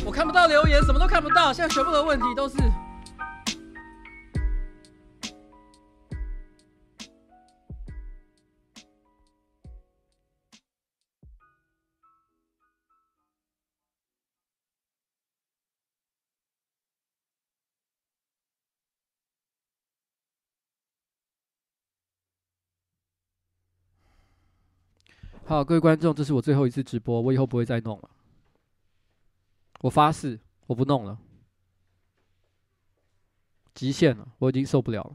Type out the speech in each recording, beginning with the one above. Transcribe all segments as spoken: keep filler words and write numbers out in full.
我看不到留言，什么都看不到，现在全部的问题都是。好，各位观众，这是我最后一次直播，我以后不会再弄了。我发誓，我不弄了，极限了，我已经受不了了。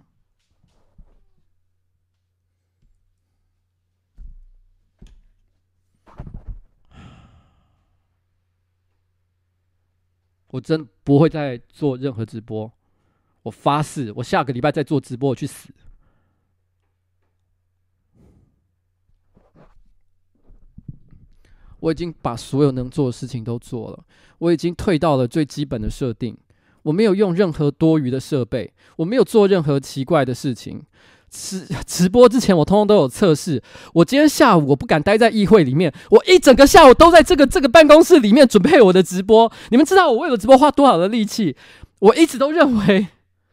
我真不会再做任何直播，我发誓，我下个礼拜再做直播，我去死。我已经把所有能做的事情都做了，我已经退到了最基本的设定，我没有用任何多余的设备，我没有做任何奇怪的事情。直直播之前我通通都有测试。我今天下午我不敢待在议会里面，我一整个下午都在这个这个办公室里面准备我的直播。你们知道我为了直播花多少的力气？我一直都认为，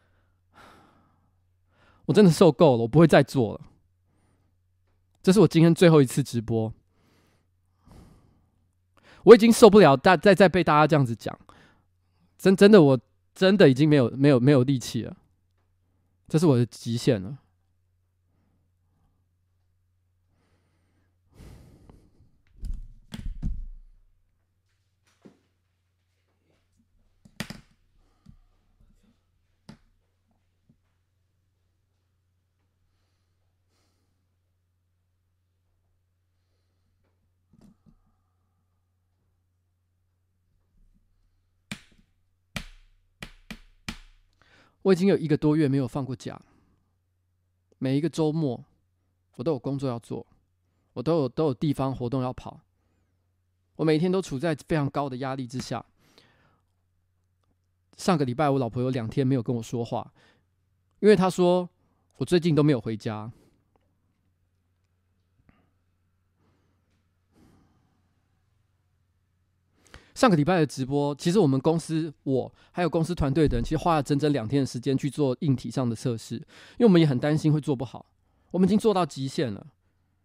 我真的受够了，我不会再做了。这是我今天最后一次直播。我已经受不了再再再被大家这样子讲，真真的我真的已经没有没有没有力气了，这是我的极限了。我已经有一个多月没有放过假，每一个周末我都有工作要做，我都有都有地方活动要跑，我每天都处在非常高的压力之下。上个礼拜我老婆有两天没有跟我说话，因为她说我最近都没有回家。上个礼拜的直播，其实我们公司我还有公司团队的人，其实花了整整两天的时间去做硬体上的测试，因为我们也很担心会做不好，我们已经做到极限了。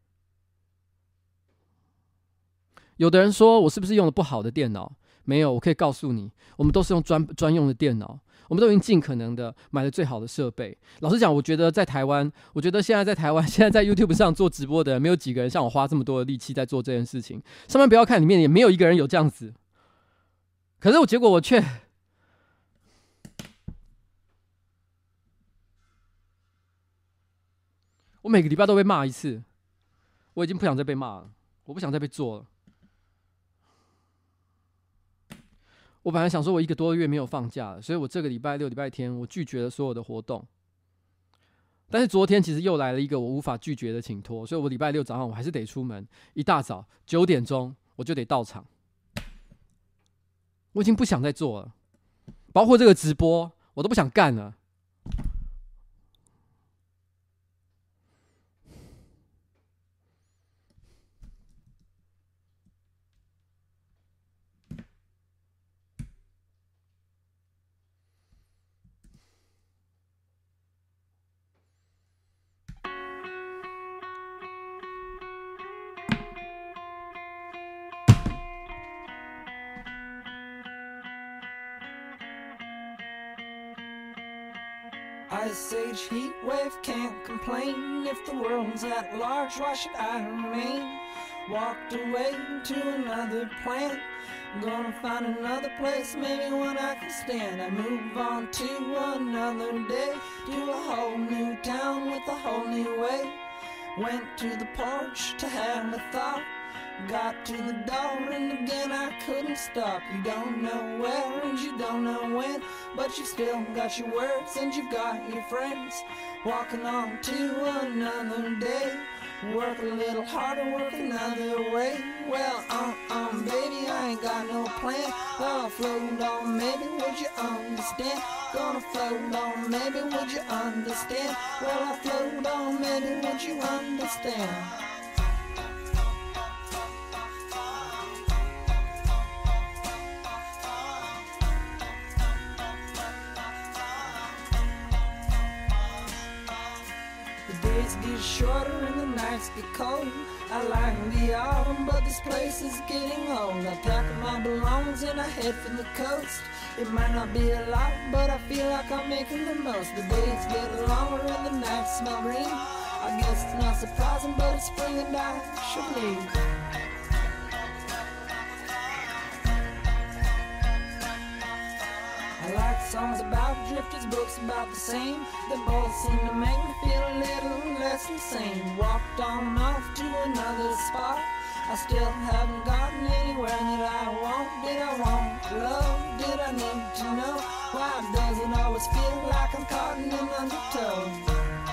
有的人说我是不是用了不好的电脑？没有，我可以告诉你，我们都是用专专用的电脑，我们都已经尽可能的买了最好的设备。老实讲，我觉得在台湾，我觉得现在在台湾，现在在 YouTube 上做直播的人，没有几个人像我花这么多的力气在做这件事情。上班不要看里面也没有一个人有这样子。可是我结果我却，我每个礼拜都被骂一次，我已经不想再被骂了，我不想再被做了。我本来想说我一个多月没有放假了，所以我这个礼拜六、礼拜天我拒绝了所有的活动。但是昨天其实又来了一个我无法拒绝的请托，所以我礼拜六早上我还是得出门，一大早九点钟我就得到场。我已经不想再做了，包括这个直播，我都不想干了。 Ice age heat wave, can't complain. If the world's at large, why should I remain? Walked away to another planet, gonna find another place, maybe one I can stand. I move on to another day, to a whole new town with a whole new way. Went to the porch to have a thought, got to the door and again I couldn't stop. You don't know where and you don't know when, but you've still got your words and you've got your friends. Walking on to another day, work a little harder, work another way. Well, um, um, baby, I ain't got no plan. I'll float on, maybe would you understand? Gonna float on, maybe would you understand? Well, I'll float on, maybe would you understand? days get shorter and the nights get cold. I like the autumn, but this place is getting old. I pack up my belongings and I head for the coast. It might not be a lot, but I feel like I'm making the most. The days get longer and the nights smell green. I guess it's not surprising, but it's spring and I should leave. I like songs about drifters, books about the same. They both seem to make me feel a little less insane. Walked on off to another spot. I still haven't gotten anywhere that I want. Did I want love? Did I need to know? Why does it always feel like I'm caught in an undertow?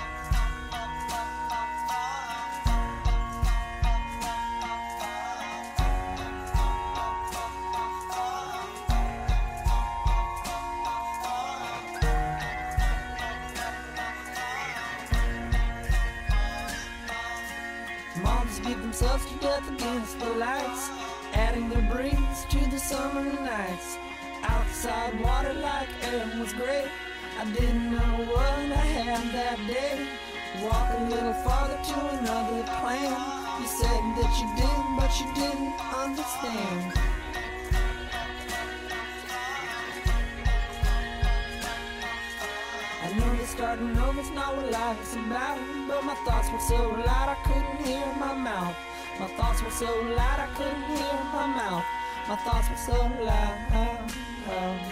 Moms beat themselves to death against the lights, adding their breeze to the summer nights. Outside water like air was great. I didn't know what I had that day. Walk a little farther to another plan. You said that you did, but you didn't understand. I know that starting over's not what life's about, but my thoughts were so loud I couldn't hear my mouth. My thoughts were so loud I couldn't hear my mouth. My thoughts were so loud. Oh.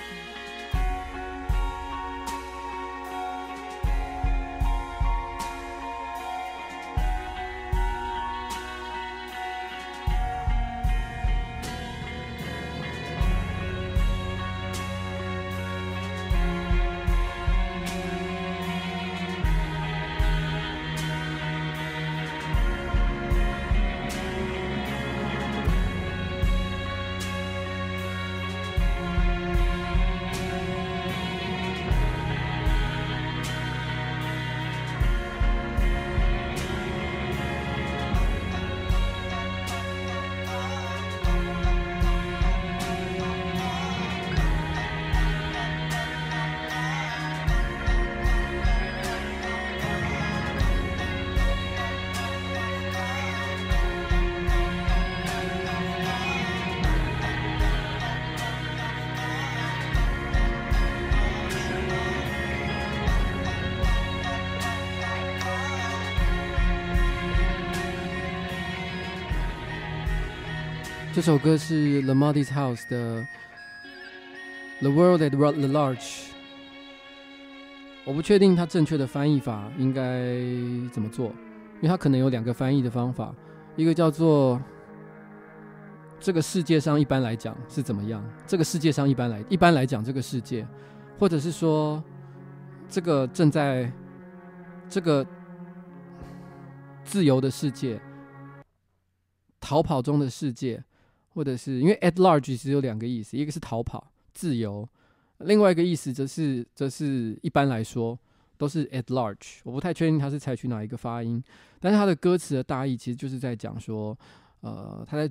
这首歌是 The Modest House 的 The World at Large。 我不确定它正确的翻译法应该怎么做，因为它可能有两个翻译的方法，一个叫做这个世界上一般来讲是怎么样，这个世界上一般来一般来讲这个世界，或者是说这个正在这个自由的世界，逃跑中的世界，或者是因为 at large 其实有两个意思，一个是逃跑自由，另外一个意思则是则是一般来说都是 at large。 我不太确定他是采取哪一个发音，但是他的歌词的大意其实就是在讲说呃，他在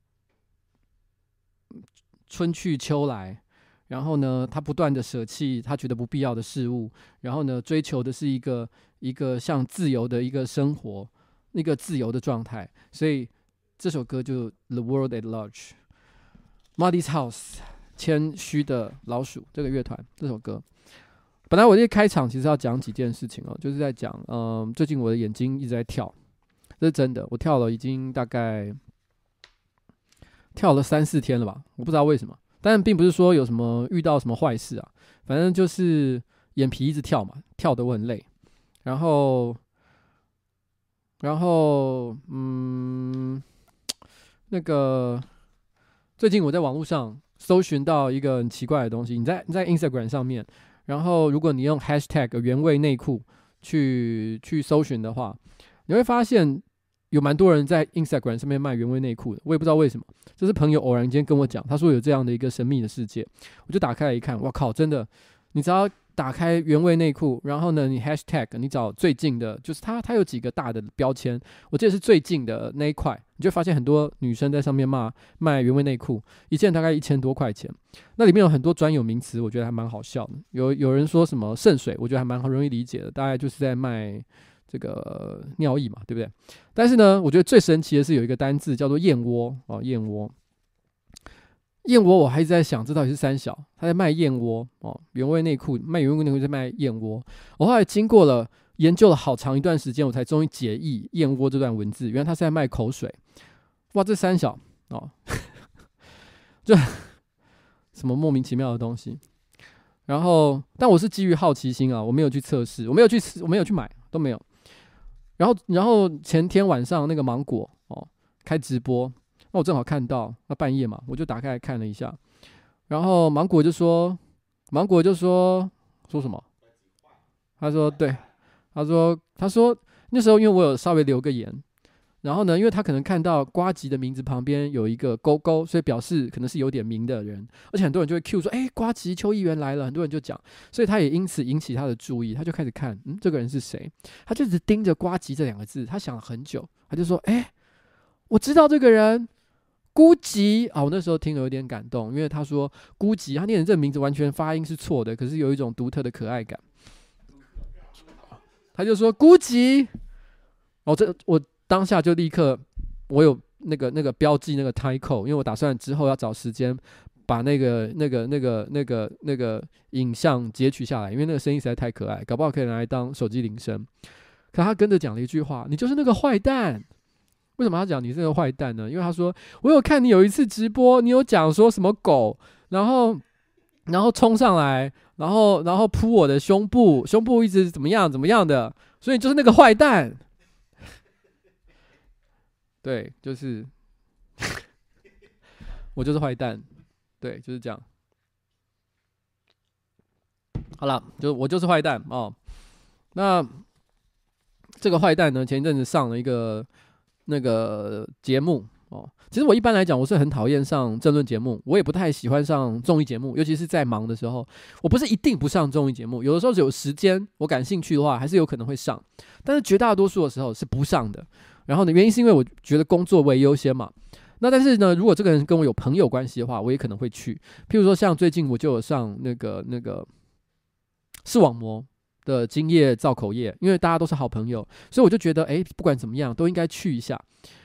春去秋来，然后呢他不断的舍弃他觉得不必要的事物，然后呢追求的是一个一个像自由的一个生活，一个自由的状态，所以这首歌就 The World at Large。 Modest House 谦虚的老鼠这个乐团这首歌，本来我这开场其实要讲几件事情哦，就是在讲嗯，最近我的眼睛一直在跳，这是真的，我跳了已经大概跳了三四天了吧，我不知道为什么，但并不是说有什么遇到什么坏事啊，反正就是眼皮一直跳嘛，跳得我很累，然后然后嗯，那个最近我在网络上搜寻到一个很奇怪的东西，你在你在 Instagram 上面，然后如果你用 hashtag 原味内裤去去搜寻的话，你会发现有蛮多人在 Instagram 上面卖原味内裤的，我也不知道为什么，这是朋友偶然间跟我讲，他说有这样的一个神秘的世界，我就打开来一看，哇靠，真的，你只要打开原味内裤，然后呢，你 hashtag 你找最近的，就是它它有几个大的标签，我记得是最近的那一块，你就发现很多女生在上面骂卖原味内裤，一件大概一千多块钱，那里面有很多专有名词，我觉得还蛮好笑的，有有人说什么圣水，我觉得还蛮容易理解的，大概就是在卖这个尿液嘛，对不对？但是呢，我觉得最神奇的是有一个单字叫做燕窝哦，燕窝。燕窝，我还一直在想，这到底是三小，他在卖燕窝哦，原味内裤卖原味内裤在卖燕窝。我后来经过了研究了好长一段时间，我才终于解译燕窝这段文字，原来他是在卖口水。哇，这三小哦，就什么莫名其妙的东西。然后，但我是基于好奇心啊，我没有去测试，我没有去，我没有去买，都没有。然后，然后前天晚上那个芒果哦开直播。那我正好看到，那半夜嘛，我就打开来看了一下，然后芒果就说，芒果就说说什么？他说对，他说他说那时候因为我有稍微留个言，然后呢，因为他可能看到呱吉的名字旁边有一个勾勾，所以表示可能是有点名的人，而且很多人就会 cue 说，哎，呱吉邱议员来了，很多人就讲，所以他也因此引起他的注意，他就开始看，嗯，这个人是谁？他就一直盯着呱吉这两个字，他想了很久，他就说，哎，我知道这个人。孤吉啊，我那时候听了有点感动，因为他说孤吉，他念的这个名字完全发音是错的，可是有一种独特的可爱感。他就说孤吉，哦，这我当下就立刻，我有那个那个标记那个 title， 因为我打算之后要找时间把那个那个那个那个那个影像截取下来，因为那个声音实在太可爱，搞不好可以拿来当手机铃声。可他跟着讲了一句话：“你就是那个坏蛋。”为什么他讲你是个坏蛋呢？因为他说我有看你有一次直播，你有讲说什么狗，然后然后冲上来，然后然后扑我的胸部，胸部一直怎么样怎么样的，所以就是那个坏蛋。对，就是我就是坏蛋，对，就是这样。好了，就我就是坏蛋哦。那这个坏蛋呢，前一阵子上了一个。那个节目哦，其实我一般来讲我是很讨厌上政论节目，我也不太喜欢上综艺节目，尤其是在忙的时候，我不是一定不上综艺节目，有的时候有时间我感兴趣的话，还是有可能会上，但是绝大多数的时候是不上的。然后呢，原因是因为我觉得工作为优先嘛。那但是呢，如果这个人跟我有朋友关系的话，我也可能会去。譬如说，像最近我就有上那个那个视网膜的精液造口业，因为大家都是好朋友，所以我就觉得，哎，不管怎么样，都应该去一下。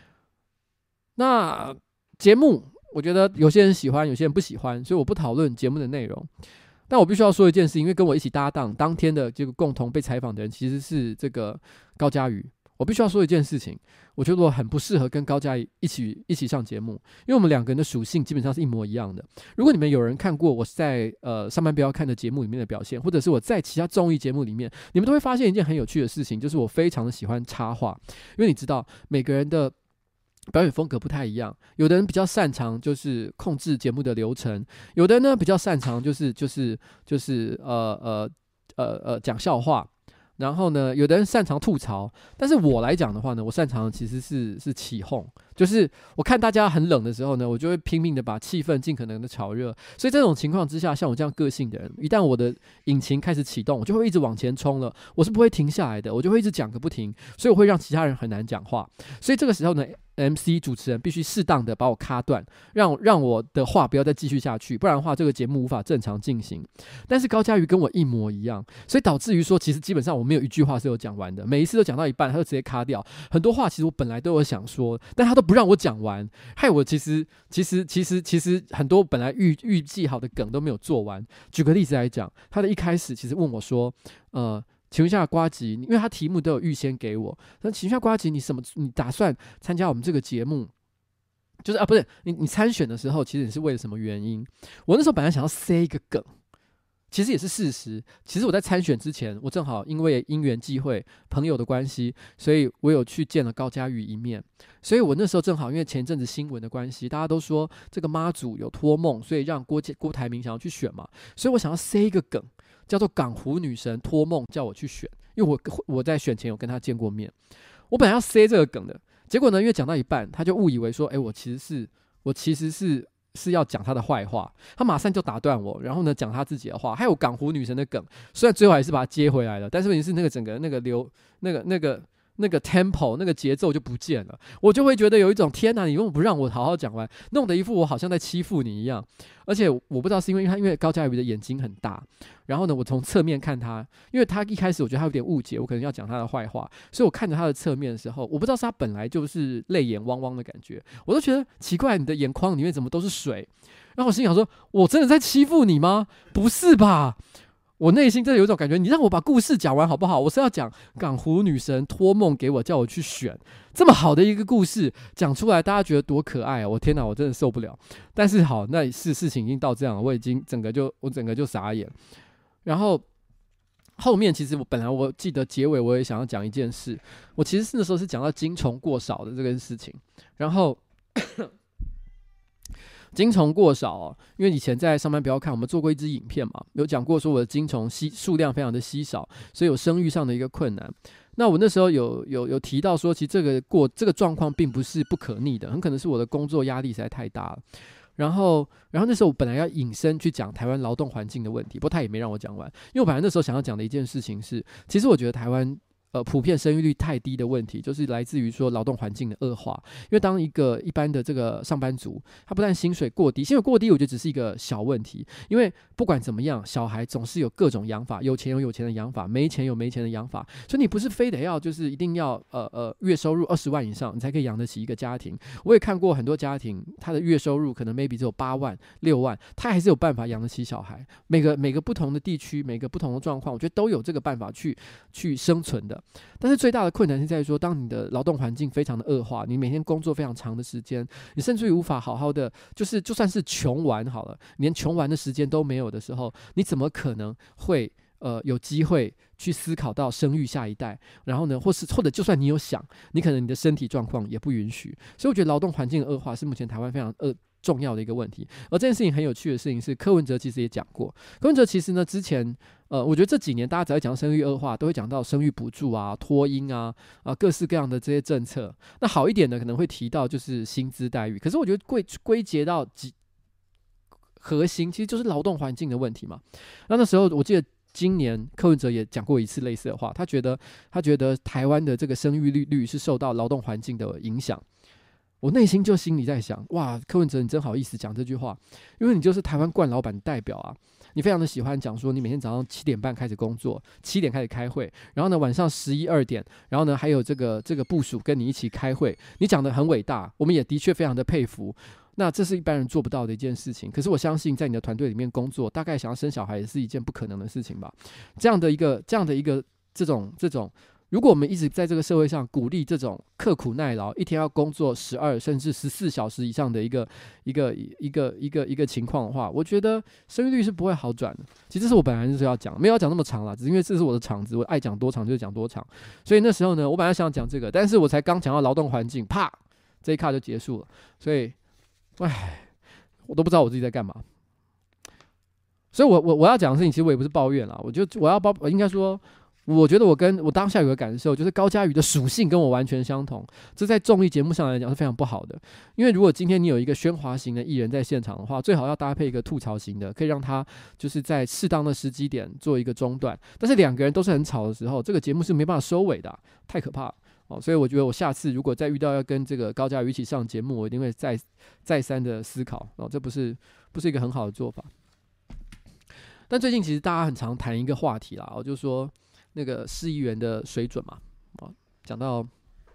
那节目，我觉得有些人喜欢，有些人不喜欢，所以我不讨论节目的内容。但我必须要说一件事，因为跟我一起搭档当天的这个共同被采访的人，其实是这个高嘉瑜。我必须要说一件事情，我觉得我很不适合跟高嘉瑜一起一起上节目，因为我们两个人的属性基本上是一模一样的。如果你们有人看过我在呃上班不要看的节目里面的表现，或者是我在其他综艺节目里面，你们都会发现一件很有趣的事情，就是我非常的喜欢插话，因为你知道每个人的表演风格不太一样，有的人比较擅长就是控制节目的流程，有的人呢比较擅长就是就是就是呃呃呃呃讲笑话。然后呢，有的人擅长吐槽，但是我来讲的话呢，我擅长的其实是是起哄，就是我看大家很冷的时候呢，我就会拼命的把气氛尽可能的炒热。所以这种情况之下，像我这样个性的人，一旦我的引擎开始启动，我就会一直往前冲了，我是不会停下来的，我就会一直讲个不停，所以我会让其他人很难讲话。所以这个时候呢，M C 主持人必须适当的把我卡断，让让我的话不要再继续下去，不然的话这个节目无法正常进行。但是高嘉瑜跟我一模一样，所以导致于说，其实基本上我没有一句话是有讲完的，每一次都讲到一半，他就直接卡掉。很多话其实我本来都有想说，但他都不让我讲完，害我其实其实其实其实很多本来预预计好的梗都没有做完。举个例子来讲，他的一开始其实问我说，呃。请问一下呱吉，因为他题目都有预先给我，那请问一下呱吉，你什么？你打算参加我们这个节目？就是啊，不是你你参选的时候，其实你是为了什么原因？我那时候本来想要塞一个梗，其实也是事实。其实我在参选之前，我正好因为因缘际会、朋友的关系，所以我有去见了高嘉瑜一面。所以我那时候正好因为前一阵子新闻的关系，大家都说这个妈祖有托梦，所以让郭郭台铭想要去选嘛，所以我想要塞一个梗。叫做港湖女神托梦叫我去选，因为我我在选前有跟她见过面，我本来要塞这个梗的，结果呢，因为讲到一半，他就误以为说，哎，我其实是我其实是是要讲他的坏话，他马上就打断我，然后呢讲他自己的话，还有港湖女神的梗，虽然最后还是把他接回来了，但是问题是那个整个那个流那个那个那个 tempo 那个节奏就不见了，我就会觉得有一种天哪，你为什么不让我好好讲完，弄得一副我好像在欺负你一样。而且我不知道是因为他因为高嘉瑜的眼睛很大，然后呢我从侧面看他，因为他一开始我觉得他有点误解我可能要讲他的坏话，所以我看着他的侧面的时候，我不知道是他本来就是泪眼汪汪的感觉，我都觉得奇怪，你的眼眶里面怎么都是水。然后我心想说，我真的在欺负你吗？不是吧，我内心真的有一种感觉，你让我把故事讲完好不好？我是要讲港湖女神托梦给我，叫我去选这么好的一个故事讲出来，大家觉得多可爱啊！我天哪，我真的受不了。但是好，那是事情已经到这样了，我已经整个就我整个就傻眼。然后后面其实我本来我记得结尾我也想要讲一件事，我其实是那时候是讲到精虫过少的这个事情，然后。精虫过少哦，因为以前在上班不要看，我们做过一支影片嘛，有讲过说我的精虫稀数量非常的稀少，所以有生育上的一个困难。那我那时候有有有提到说，其实这个过这个状况并不是不可逆的，很可能是我的工作压力实在太大了。然后，然后那时候我本来要引申去讲台湾劳动环境的问题，不过他也没让我讲完，因为我本来那时候想要讲的一件事情是，其实我觉得台湾。呃，普遍生育率太低的问题，就是来自于说劳动环境的恶化。因为当一个一般的这个上班族，他不但薪水过低，薪水过低，我觉得只是一个小问题。因为不管怎么样，小孩总是有各种养法，有钱有有钱的养法，没钱有没钱的养法。所以你不是非得要就是一定要呃呃月收入二十万以上，你才可以养得起一个家庭。我也看过很多家庭，他的月收入可能 maybe 只有八万、六万，他还是有办法养得起小孩。每个每个不同的地区，每个不同的状况，我觉得都有这个办法去去生存的。但是最大的困难是在于说，当你的劳动环境非常的恶化，你每天工作非常长的时间，你甚至于无法好好的，就是就算是穷玩好了，连穷玩的时间都没有的时候，你怎么可能会呃有机会去思考到生育下一代？然后呢，或是或者就算你有想，你可能你的身体状况也不允许。所以我觉得劳动环境的恶化是目前台湾非常恶。重要的一个问题，而这件事情很有趣的事情是，柯文哲其实也讲过。柯文哲其实呢，之前呃，我觉得这几年大家只要讲生育恶化，都会讲到生育补助啊、托婴啊、啊各式各样的这些政策。那好一点的可能会提到就是薪资待遇，可是我觉得归归结到几核心，其实就是劳动环境的问题嘛。那那时候我记得。今年柯文哲也讲过一次类似的话，他觉得他觉得台湾的这个生育率率是受到劳动环境的影响。我内心就心里在想，哇，柯文哲你真好意思讲这句话，因为你就是台湾惯老板代表啊，你非常的喜欢讲说，你每天早上七点半开始工作，七点开始开会，然后呢晚上十一二点，然后呢还有这个这个部属跟你一起开会，你讲的很伟大，我们也的确非常的佩服。那这是一般人做不到的一件事情，可是我相信在你的团队里面工作，大概想要生小孩也是一件不可能的事情吧。这样的一个这样的一个这种这种。如果我们一直在这个社会上鼓励这种刻苦耐劳，一天要工作十二甚至十四小时以上的一个一个一个一个一个情况的话，我觉得生育率是不会好转的。其实这是我本来就是要讲，没有要讲那么长啦，只是因为这是我的场子，我爱讲多长就讲多长。所以那时候呢，我本来想讲这个，但是我才刚讲到劳动环境，啪，这一卡就结束了。所以，唉，我都不知道我自己在干嘛。所以我我我要讲的事情，其实我也不是抱怨啦，我就我要抱，应该说。我觉得我跟我当下有个感受，就是高嘉瑜的属性跟我完全相同，这在综艺节目上来讲是非常不好的。因为如果今天你有一个喧哗型的艺人在现场的话，最好要搭配一个吐槽型的，可以让他就是在适当的时机点做一个中断。但是两个人都是很吵的时候，这个节目是没办法收尾的、啊，太可怕了哦。所以我觉得我下次如果再遇到要跟这个高嘉瑜一起上节目，我一定会再再三的思考哦，这不是不是一个很好的做法。但最近其实大家很常谈一个话题啦，我就说。那个市议员的水准嘛，啊，讲到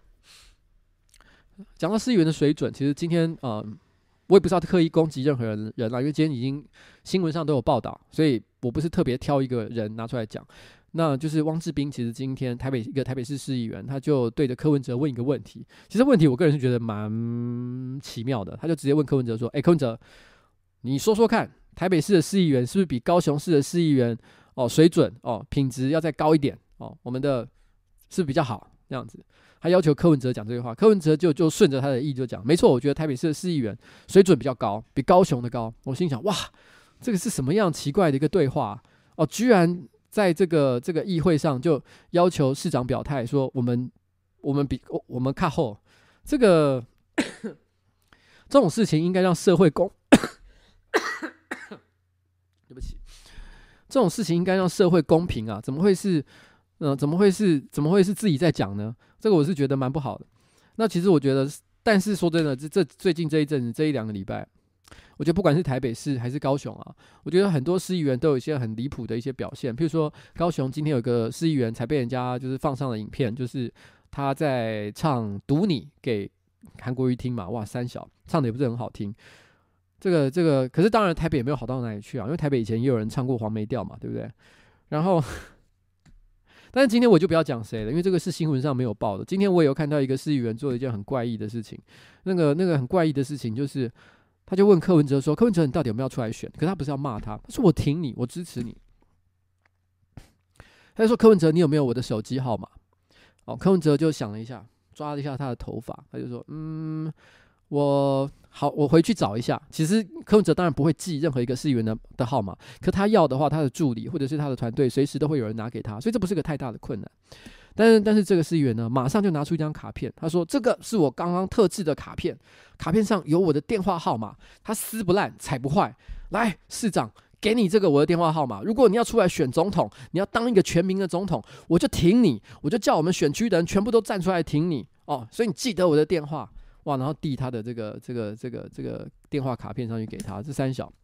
讲到市议员的水准，其实今天呃，我也不是要刻意攻击任何人人啦，因为今天已经新闻上都有报道，所以我不是特别挑一个人拿出来讲。那就是汪志斌，其实今天台北一个台北市市议员，他就对着柯文哲问一个问题，其实问题我个人是觉得蛮奇妙的，他就直接问柯文哲说：“哎、欸，柯文哲，你说说看，台北市的市议员是不是比高雄市的市议员？”哦，水准哦，品质要再高一点哦，我们的是比较好这样子。他要求柯文哲讲这句话，柯文哲就就顺着他的意就讲，没错，我觉得台北市的市议员水准比较高，比高雄的高。我心想，哇，这个是什么样奇怪的一个对话哦？居然在这个这个议会上就要求市长表态，说我们我们比我们靠后，这个这种事情应该让社会公，对不起。这种事情应该让社会公平啊，怎么会是，呃，怎么会是，怎么会是自己在讲呢？ 这个我是觉得蛮不好的。那其实我觉得，但是说真的，这这最近这一阵子这一两个礼拜，我觉得不管是台北市还是高雄啊，我觉得很多市议员都有一些很离谱的一些表现。譬如说，高雄今天有个市议员才被人家就是放上了影片，就是他在唱《赌你》给韩国瑜听嘛，哇，三小唱的也不是很好听。这个这个，可是当然台北也没有好到哪里去啊，因为台北以前也有人唱过黄梅调嘛，对不对？然后，但是今天我就不要讲谁了，因为这个是新闻上没有报的。今天我也有看到一个市议员做了一件很怪异的事情，那个那个很怪异的事情就是，他就问柯文哲说：“柯文哲，你到底有没有出来选？”可是他不是要骂他，他说：“我挺你，我支持你。”他就说：“柯文哲，你有没有我的手机号码？”哦，柯文哲就想了一下，抓了一下他的头发，他就说：“嗯。”我好，我回去找一下。其实柯文哲当然不会记任何一个市议员 的, 的号码，可他要的话，他的助理或者是他的团队随时都会有人拿给他，所以这不是个太大的困难。但是，但是这个市议员呢，马上就拿出一张卡片，他说：“这个是我刚刚特制的卡片，卡片上有我的电话号码，它撕不烂，踩不坏。来，市长，给你这个我的电话号码。如果你要出来选总统，你要当一个全民的总统，我就挺你，我就叫我们选区的人全部都站出来挺你哦。所以你记得我的电话。”哇，然后递他的这个这个这个这个电话卡片上去给他，这三小，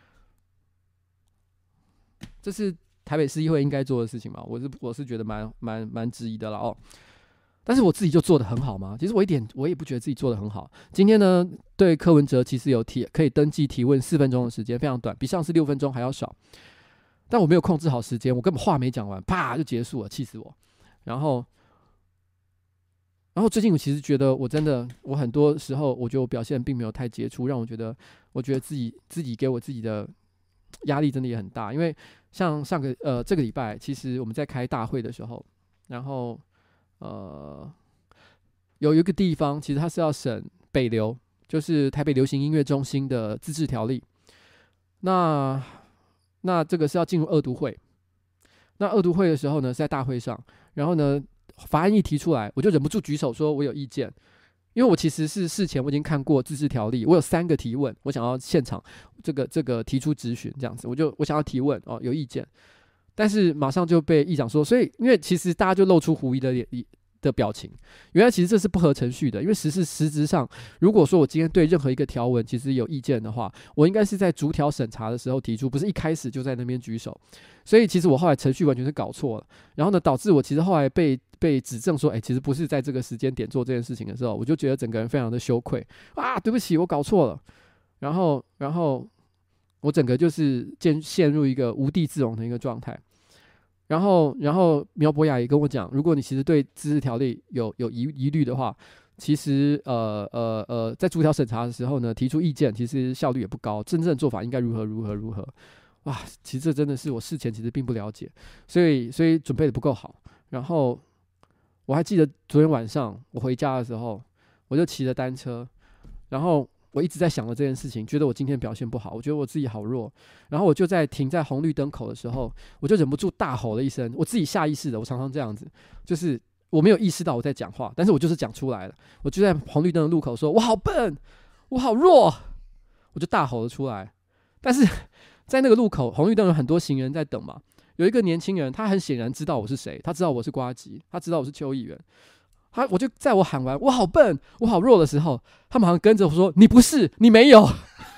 这是台北市议会应该做的事情嘛？我是我是觉得蛮蛮蛮质疑的了哦。但是我自己就做得很好吗？其实我一点我也不觉得自己做得很好。今天呢，对柯文哲其实有提可以登记提问四分钟的时间，非常短，比上次六分钟还要少。但我没有控制好时间，我根本话没讲完，啪就结束了，气死我。然后。然后最近我其实觉得我真的，我很多时候我觉得我表现并没有太杰出，让我觉得，我觉得自己自己给我自己的压力真的也很大。因为像上个呃这个礼拜，其实我们在开大会的时候，然后呃有一个地方其实它是要审北流，就是台北流行音乐中心的自治条例。那那这个是要进入二读会，那二读会的时候呢是在大会上，然后呢。法案一提出来，我就忍不住举手说我有意见，因为我其实是事前我已经看过自治条例，我有三个提问，我想要现场这个这个提出质询这样子，我就我想要提问哦，有意见，但是马上就被议长说，所以因为其实大家就露出狐疑的脸的表情，原来其实这是不合程序的，因为实是实质上，如果说我今天对任何一个条文其实有意见的话，我应该是在逐条审查的时候提出，不是一开始就在那边举手，所以其实我后来程序完全是搞错了，然后呢，导致我其实后来被被指正说，哎、欸，其实不是在这个时间点做这件事情的时候，我就觉得整个人非常的羞愧啊，对不起，我搞错了，然后然后我整个就是陷陷入一个无地自容的一个状态。然后，然后苗博雅也跟我讲，如果你其实对自治条例有有疑疑虑的话，其实呃呃呃，在逐条审查的时候呢，提出意见其实效率也不高，真正的做法应该如何如何如何。哇，其实这真的是我事前其实并不了解，所以所以准备的不够好。然后我还记得昨天晚上我回家的时候，我就骑着单车，然后。我一直在想着这件事情，觉得我今天表现不好，我觉得我自己好弱，然后我就在停在红绿灯口的时候，我就忍不住大吼了一声，我自己下意识的，我常常这样子，就是我没有意识到我在讲话，但是我就是讲出来了，我就在红绿灯的路口说，我好笨，我好弱，我就大吼了出来。但是在那个路口，红绿灯有很多行人在等嘛，有一个年轻人，他很显然知道我是谁，他知道我是呱吉，他知道我是邱议员。他，我就在我喊完我好笨，我好弱的时候，他马上跟着我说：“你不是，你没有。”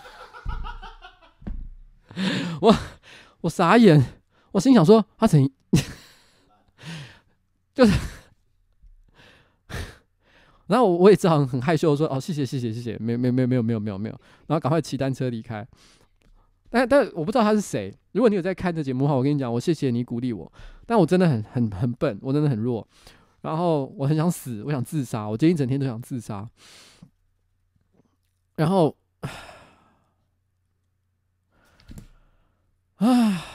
我我傻眼，我心想说他怎就是，然后我也只好很害羞说：“哦，谢谢谢谢谢谢，没没没没有没有没有没有。”然后赶快骑单车离开。但但我不知道他是谁。如果你有在看这节目的话，我跟你讲，我谢谢你鼓励我，但我真的很很很笨，我真的很弱。然后我很想死，我想自杀，我今天一整天都想自杀。然后，啊，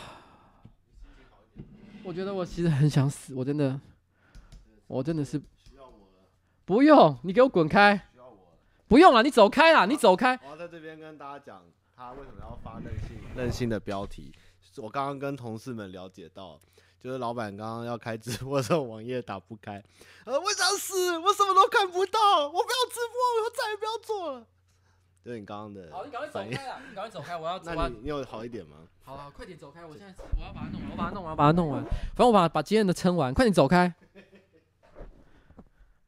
我觉得我其实很想死，我真的，我真的是不用，你给我滚开！不用了，你走开啦，你走开！ 我要在这边跟大家讲，他为什么要发任性任性的标题。我刚刚跟同事们了解到。就是老板刚刚要开直播的时候，网页打不开。呃，我想死，我什么都看不到，我不要直播，我再也不要做了。就是你刚刚的。 好，你赶快走开啦！你赶快走开，我要。 那你你有好一点吗？ 好了，快点走开！我现在我要把它弄完，我把它弄完，我把它弄完。反正我把把今天的撑完，快点走开。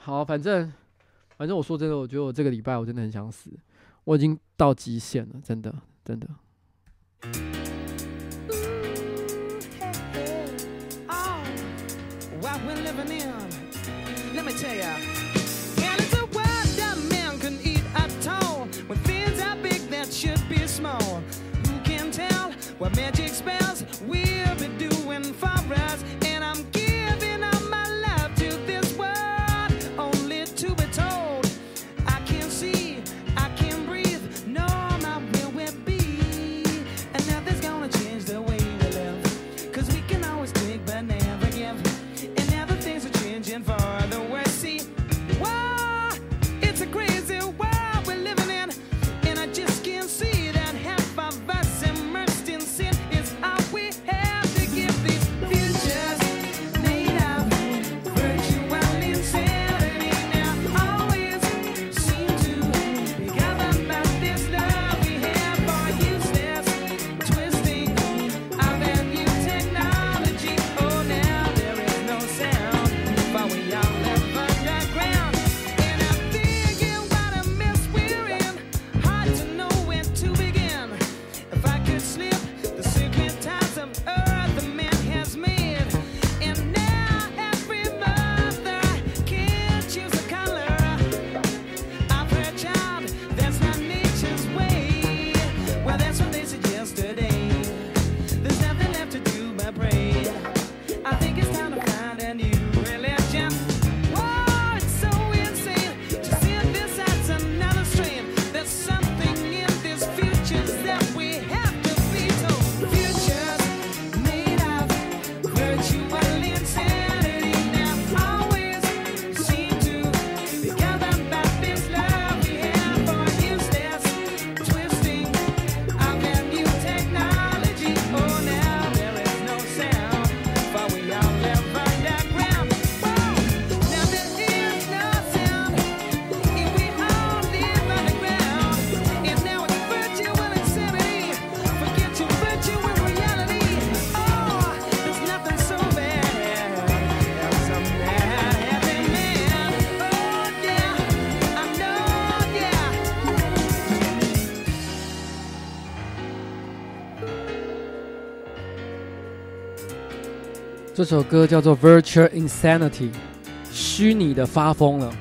好，反正反正我说真的，我觉得我这个礼拜我真的很想死，我已经到极限了，真的真的。 What we're living in, let me tell ya. And it's a world that man can eat at all. When things are big, that should be small. Who can tell what magic spells we'll be doing for us? And I'm giving all my love to this world, only to be told I can't see, I can't breathe, no, not where we'll be. And nothing's gonna change the way we live, 'cause we can always take but never give. For the worst, see, whoa, it's a crazy world we're living in, and I just can't see that half of us immersed in sin is all we have to give these futures made of virtual insanity. Now always seem to be governed by this love we have for useless twisting of that new technology. Oh, now there is no sound, but we all live underground. And I'm thinking what a mess we're in, hard to know where to begin. If I could slip the secret ties of earth the man has made, and now every mother can choose a color of her child, that's not nature's way. Well, that's what they suggest today. There's nothing left to do but pray. I think it's time to find a new religion. Whoa, it's so insane to see this as another strain. There's something in these futures that we have to be told. Futures made of virtual insanity now always seem to be governed by this love we have for useless twisting of that new technology. Oh, now there is no sound, for we all live underground. Whoa, now there is no sound, if we all live underground. And now it's virtual insanity, forget your virtual reality. Oh, there's nothing so bad as some bad happy man. Oh yeah, I know, yeah. 这首歌叫做《Virtual Insanity》，虚拟的发疯了。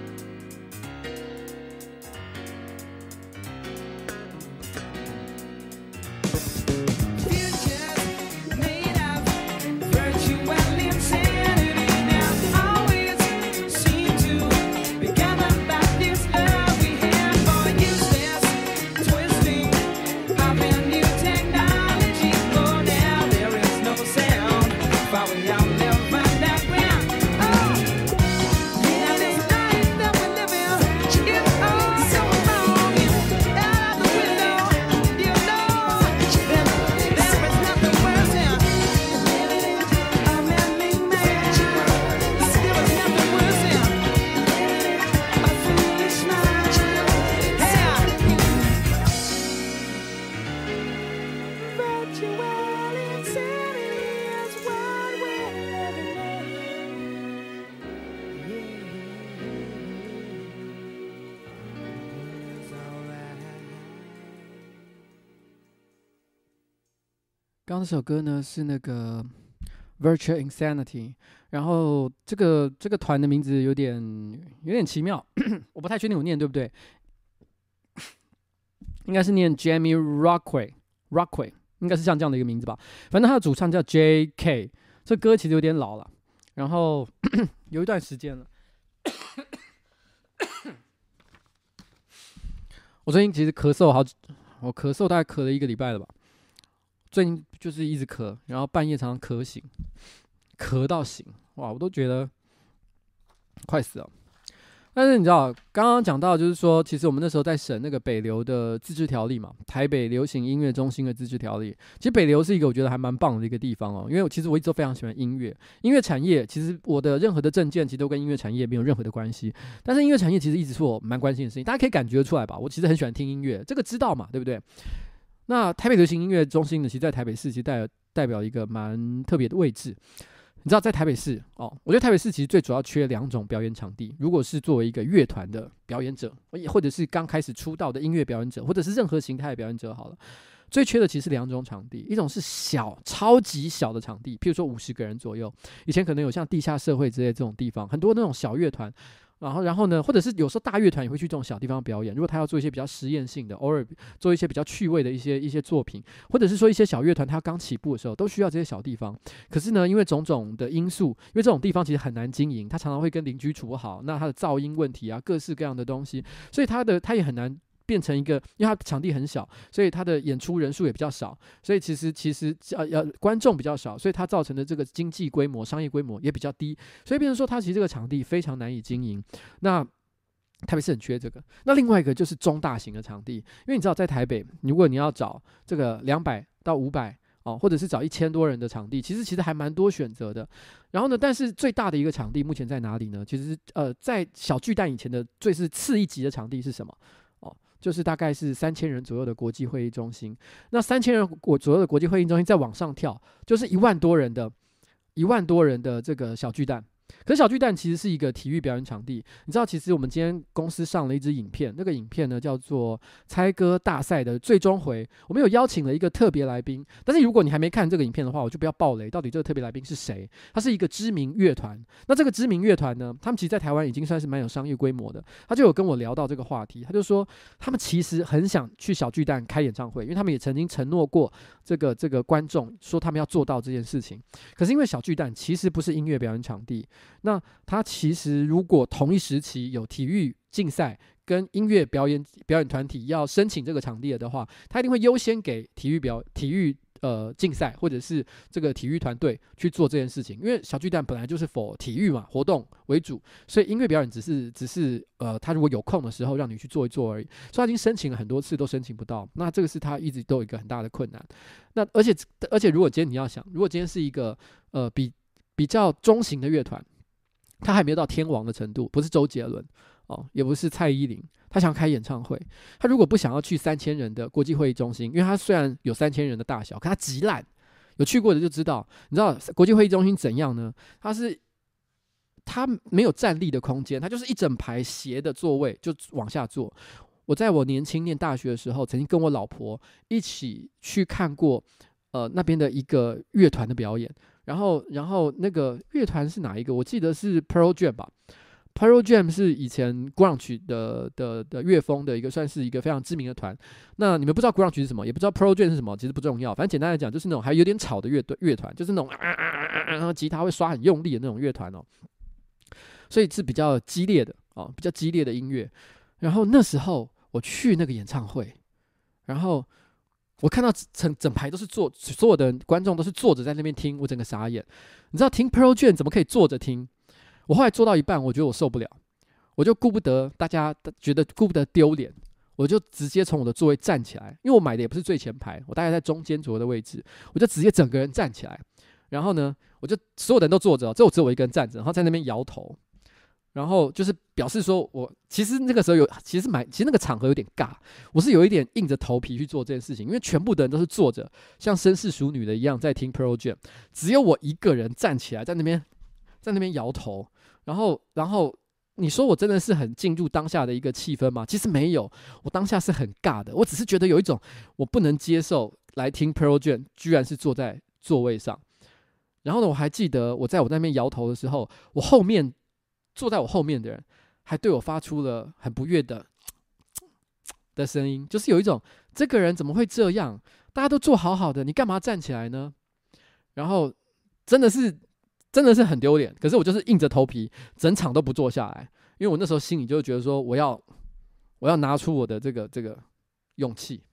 Futures made of virtual insanity now always seem to be governed by this love we have for useless twisting of a new technology. Oh, now there is no sound, but we all live underground. Oh, yeah, this life that we live in is all so long. Out the window, you know, there is nothing worse than a manly man. There is nothing worse than a foolish man. Yeah. Virtual insanity is what we're living in. Yeah. It's alright. 刚刚这首歌呢是那个 Virtual Insanity，然后这个这个团的名字有点有点奇妙，我不太确定我念对不对，应该是念 Jamie Rockway Rockway， 应该是像这样的一个名字吧。反正他的主唱叫 J K， 这歌其实有点老了，然后有一段时间了。我最近其实咳嗽好，我咳嗽大概咳了一个礼拜了吧。最近就是一直咳，然后半夜常常咳醒，咳到醒，哇，我都觉得快死了。但是你知道，刚刚讲到就是说，其实我们那时候在审那个北流的自治条例嘛，台北流行音乐中心的自治条例。其实北流是一个我觉得还蛮棒的一个地方哦，因为其实我一直都非常喜欢音乐，音乐产业。其实我的任何的政见其实都跟音乐产业没有任何的关系，但是音乐产业其实一直是我蛮关心的事情。大家可以感觉出来吧？我其实很喜欢听音乐，这个知道嘛，对不对？那台北流行音乐中心呢，其实在台北市其实代代表一个蛮特别的位置。 你知道在台北市哦，我觉得台北市其实最主要缺两种表演场地。如果是作为一个乐团的表演者，或者是刚开始出道的音乐表演者，或者是任何形态的表演者好了，最缺的其实是两种场地，一种是小超级小的场地，譬如说五十个人左右，以前可能有像地下社会之类这种地方，很多那种小乐团。然后，然后呢，或者是有时候大乐团也会去这种小地方表演。如果他要做一些比较实验性的，偶尔做一些比较趣味的一些一些作品，或者是说一些小乐团，他刚起步的时候，都需要这些小地方。可是呢，因为种种的因素，因为这种地方其实很难经营，他常常会跟邻居处不好，那他的噪音问题啊，各式各样的东西，所以他的他也很难变成一个，因为它场地很小，所以它的演出人数也比较少，所以其实其实呃呃观众比较少，所以它造成的这个经济规模、商业规模也比较低，所以变成说它其实这个场地非常难以经营。那台北市很缺这个。那另外一个就是中大型的场地，因为你知道在台北，如果你要找这个两百到五百哦，或者是找一千多人的场地，其实其实还蛮多选择的。然后呢，但是最大的一个场地目前在哪里呢？其实呃，在小巨蛋以前的最是次一级的场地是什么？哦，就是大概是三千人左右的国际会议中心。那三千人左右的国际会议中心再往上跳，就是一万多人的一万多人的这个小巨蛋。可是小巨蛋其实是一个体育表演场地，你知道，其实我们今天公司上了一支影片，那个影片呢叫做猜歌大赛的最终回，我们有邀请了一个特别来宾，但是如果你还没看这个影片的话，我就不要爆雷，到底这个特别来宾是谁？他是一个知名乐团，那这个知名乐团呢，他们其实在台湾已经算是蛮有商业规模的，他就有跟我聊到这个话题，他就说他们其实很想去小巨蛋开演唱会，因为他们也曾经承诺过这个这个观众说他们要做到这件事情，可是因为小巨蛋其实不是音乐表演场地。那他其实如果同一时期有体育竞赛跟音乐表演表演团体要申请这个场地的话，他一定会优先给体育表体育呃竞赛或者是这个体育团队去做这件事情，因为小巨蛋本来就是 for 体育嘛活动为主，所以音乐表演只是只是呃他如果有空的时候让你去做一做而已，所以他已经申请了很多次都申请不到，那这个是他一直都有一个很大的困难。那而且而且如果今天你要想，如果今天是一个呃比比较中型的乐团，他还没有到天王的程度，不是周杰伦哦，也不是蔡依林，他想开演唱会，他如果不想要去三千人的国际会议中心，因为他虽然有三千人的大小，可他极烂，有去过的就知道，你知道国际会议中心怎样呢？它是它没有站立的空间，它就是一整排斜的座位就往下坐。我在我年轻念大学的时候，曾经跟我老婆一起去看过呃那边的一个乐团的表演。然后，然后那个乐团是哪一个？我记得是 Pearl Jam 吧。Pearl Jam 是以前 grunge 的的的乐风的一个，算是一个非常知名的团。那你们不知道 grunge 是什么，也不知道 Pearl Jam 是什么，其实不重要。反正简单来讲，就是那种还有点吵的乐队乐团，就是那种啊啊啊啊，然后吉他会刷很用力的那种乐团哦。所以是比较激烈的哦，比较激烈的音乐。然后那时候我去那个演唱会，然后我看到整整排都是坐，所有的观众都是坐着在那边听，我整个傻眼。你知道听 Pearl Jam 怎么可以坐着听？我后来坐到一半，我觉得我受不了，我就顾不得大家觉得顾不得丢脸，我就直接从我的座位站起来，因为我买的也不是最前排，我大概在中间左右的位置，我就直接整个人站起来，然后呢，我就所有人都坐着，只有只有我一个人站着，然后在那边摇头。然后就是表示说我其实那个时候有，其实蛮，其实那个场合有点尬，我是有一点硬着头皮去做这件事情，因为全部的人都是坐着，像绅士淑女的一样在听 Pearl Jam， 只有我一个人站起来在那边在那边摇头，然后然后你说我真的是很进入当下的一个气氛吗？其实没有，我当下是很尬的，我只是觉得有一种我不能接受来听 Pearl Jam 居然是坐在座位上，然后呢，我还记得我在我那边摇头的时候，我后面。坐在我后面的人还对我发出了很不悦的的声音，就是有一种这个人怎么会这样？大家都坐好好的，你干嘛站起来呢？然后真的是真的是很丢脸。可是我就是硬着头皮，整场都不坐下来，因为我那时候心里就觉得说，我要我要拿出我的这个这个勇气。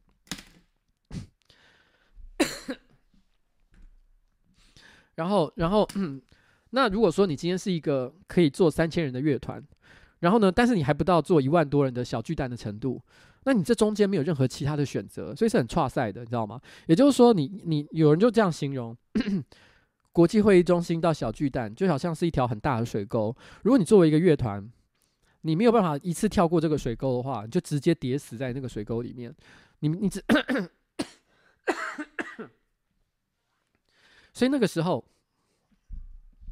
然后然后嗯。那如果说你今天是一个可以坐三千人的乐团，然后呢，但是你还不到坐一万多人的小巨蛋的程度，那你这中间没有任何其他的选择，所以是很挫赛的，你知道吗？也就是说你，你你有人就这样形容，国际会议中心到小巨蛋就好像是一条很大的水沟。如果你作为一个乐团，你没有办法一次跳过这个水沟的话，你就直接跌死在那个水沟里面。你你只，所以那个时候。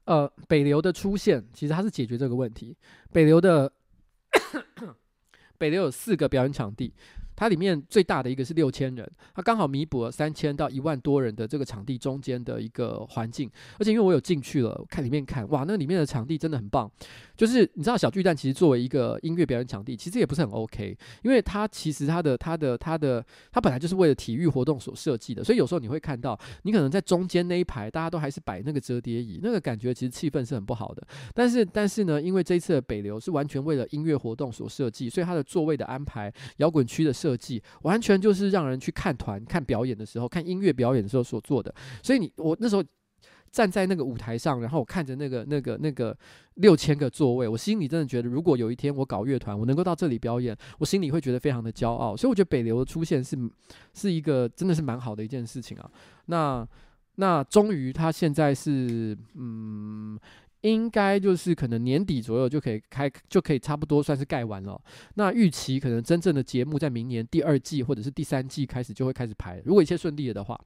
呃，北流的出现其实它是解决这个问题。北流的北流有四个表演场地。它里面最大的一个是六千人，它刚好弥补了三千到一万多人的这个场地中间的一个环境，而且因为我有进去了，看里面看，哇，那里面的场地真的很棒。就是你知道小巨蛋其实作为一个音乐表演场地，其实也不是很 OK， 因为它其实它的它的它的它本来就是为了体育活动所设计的，所以有时候你会看到，你可能在中间那一排大家都还是摆那个折叠椅，那个感觉其实气氛是很不好的。但是但是呢，因为这一次的北流是完全为了音乐活动所设计，所以它的座位的安排、摇滚区的设计完全就是让人去看团、看表演的时候、看音乐表演的时候所做的。所以你我那时候站在那个舞台上，然后我看着那个、那个、那个六千个座位，我心里真的觉得，如果有一天我搞乐团，我能够到这里表演，我心里会觉得非常的骄傲。所以我觉得北流的出现是是一个真的是蛮好的一件事情啊。那那终于他现在是嗯。应该就是可能年底左右就可以开，就可以差不多算是盖完了。那预期可能真正的节目在明年第二季或者是第三季开始就会开始排，如果一切顺利了的话，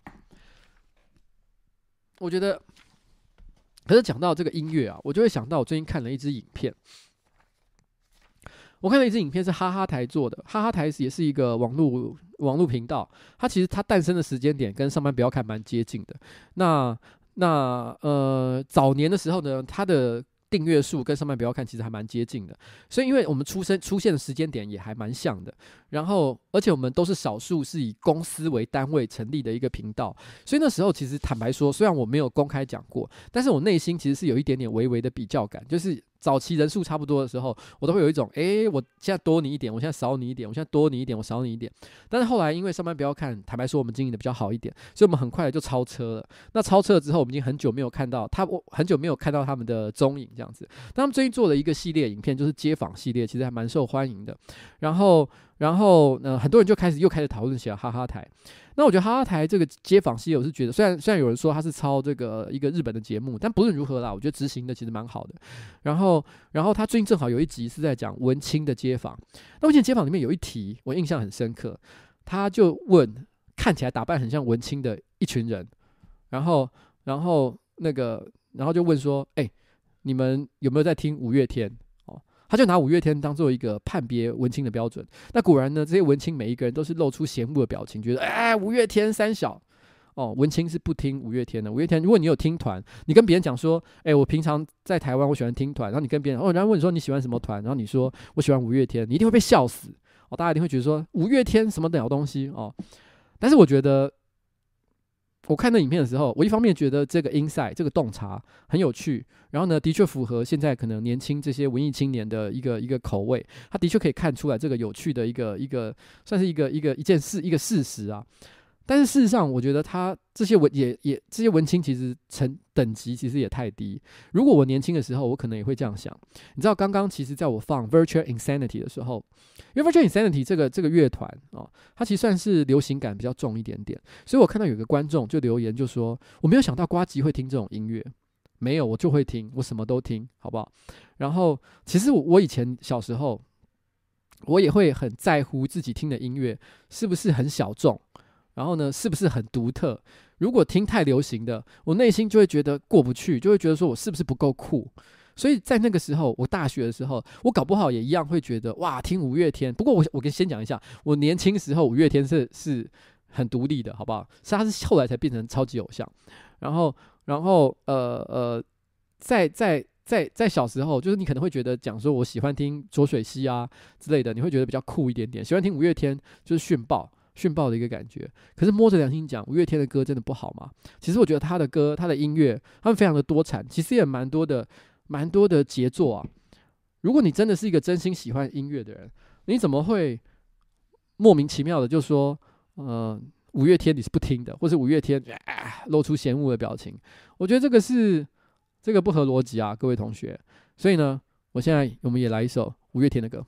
我觉得。可是讲到这个音乐啊，我就会想到我最近看了一支影片。我看了一支影片是哈哈台做的，哈哈台也是一个网络网络频道，它其实它诞生的时间点跟上班不要看蛮接近的。那那呃，早年的时候呢，它的订阅数跟上班不要看其实还蛮接近的，所以因为我们出生出现的时间点也还蛮像的，然后而且我们都是少数是以公司为单位成立的一个频道，所以那时候其实坦白说，虽然我没有公开讲过，但是我内心其实是有一点点微微的比较感，就是早期人数差不多的时候，我都会有一种，哎，我现在多你一点，我现在少你一点，我现在多你一点，我少你一点。但是后来因为上班不要看，坦白说我们经营的比较好一点，所以我们很快的就超车了。那超车了之后，我们已经很久没有看到他，我很久没有看到他们的踪影这样子。但他们最近做了一个系列影片，就是街访系列，其实还蛮受欢迎的。然后，然后呃，很多人就开始又开始讨论起了哈哈台。那我觉得哈哈台这个街访系列，我是觉得虽然虽然有人说它是抄这个一个日本的节目，但不论如何啦，我觉得执行的其实蛮好的。然后，然后他最近正好有一集是在讲文青的街访。那文青街访里面有一题我印象很深刻，他就问看起来打扮很像文青的一群人，然后，然后那个，然后就问说，哎、欸，你们有没有在听五月天？他就拿五月天当做一个判别文青的标准。那果然呢，这些文青每一个人都是露出嫌恶的表情，觉得哎，五月天三小哦，文青是不听五月天的。五月天，如果你有听团，你跟别人讲说，哎，我平常在台湾我喜欢听团，然后你跟别人哦，然后问你说你喜欢什么团，然后你说我喜欢五月天，你一定会被笑死哦，大家一定会觉得说五月天什么鸟东西哦。但是我觉得。我看那影片的时候，我一方面觉得这个 insight 这个洞察很有趣，然后呢，的确符合现在可能年轻这些文艺青年的一个一个口味，他的确可以看出来这个有趣的一个一个算是一个一个一件事一个事实啊。但是事实上，我觉得他这些文也也这些文青其实成等级其实也太低。如果我年轻的时候，我可能也会这样想。你知道，刚刚其实在我放 Virtual Insanity 的时候，因为 Virtual Insanity 这个这个乐团哦，它其实算是流行感比较重一点点，所以我看到有个观众就留言就说，我没有想到呱吉会听这种音乐。没有，我就会听，我什么都听，好不好？然后，其实我我以前小时候，我也会很在乎自己听的音乐是不是很小众。然后呢，是不是很独特？如果听太流行的，我内心就会觉得过不去，就会觉得说我是不是不够酷？所以在那个时候，我大学的时候，我搞不好也一样会觉得哇，听五月天。不过我我跟先讲一下，我年轻时候五月天是是很独立的，好不好？是他是后来才变成超级偶像。然后然后呃呃，在在在在小时候，就是你可能会觉得讲说我喜欢听浊水溪啊之类的，你会觉得比较酷一点点。喜欢听五月天就是炫爆。炫爆的一个感觉，可是摸着良心讲，五月天的歌真的不好吗？其实我觉得他的歌、他的音乐，他们非常的多产，其实也蛮多的、蛮多的杰作啊。如果你真的是一个真心喜欢音乐的人，你怎么会莫名其妙的就说，呃，五月天你是不听的，或是五月天、啊、露出嫌恶的表情？我觉得这个是这个不合逻辑啊，各位同学。所以呢，我现在我们也来一首五月天的歌。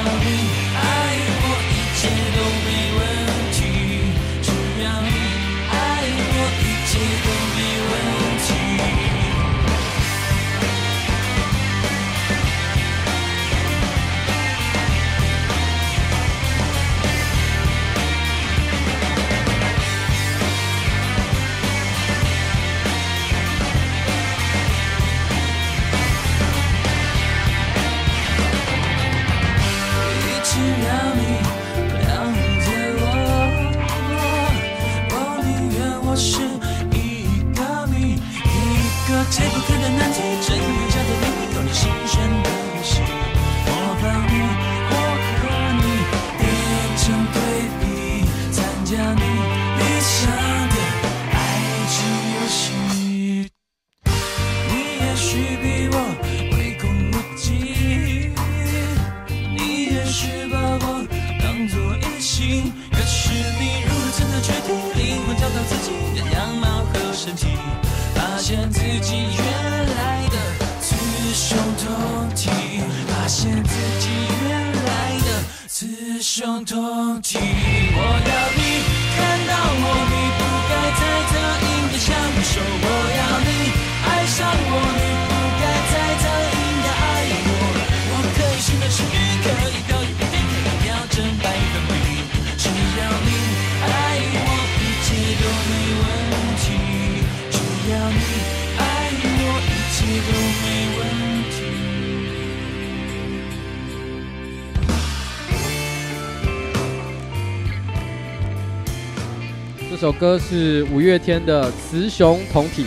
你爱我，一切都没问题。只要你爱我，一切都没问题。只要你了解我，我宁愿我是一个谜，一个解不开的难题，真与假的秘密，有你心弦的游戏。我把你，我和你变成对比，参加你理想的爱情游戏。你也许比我唯恐不及，你也许把我当作异性，可是你如此的决定，灵魂找到自己的样貌和身体，发现自己原来的雌雄同体，发现自己原来的雌雄同体。我要你看到我，你不该猜测，应该享受。我要你爱上我，你不该猜测，应该爱我。我可以心的幸运，可以表演变变，可以秒针百分比。只要你爱我，一切都没问题。只要你爱我，一切都没问题。 这首歌是五月天的《雌雄同体》。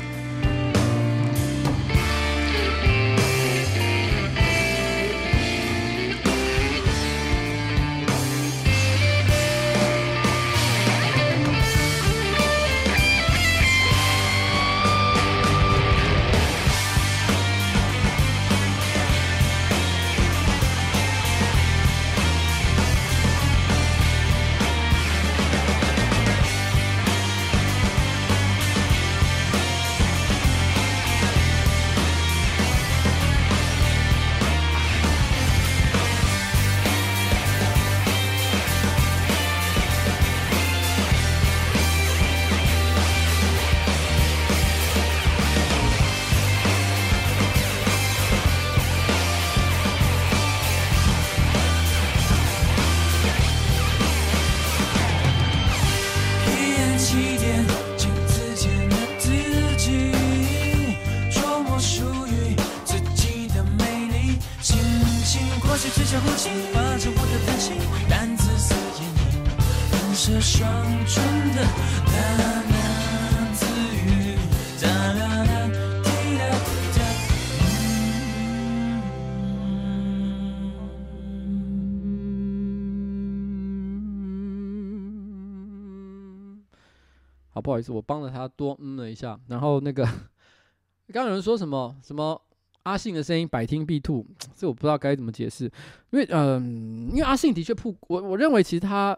好，不好意思，我帮了他多嗯了一下。然后那个，刚刚有人说什么什么阿信的声音百听必吐，这我不知道该怎么解释。因为嗯、呃，因为阿信的确曝，我我认为其实他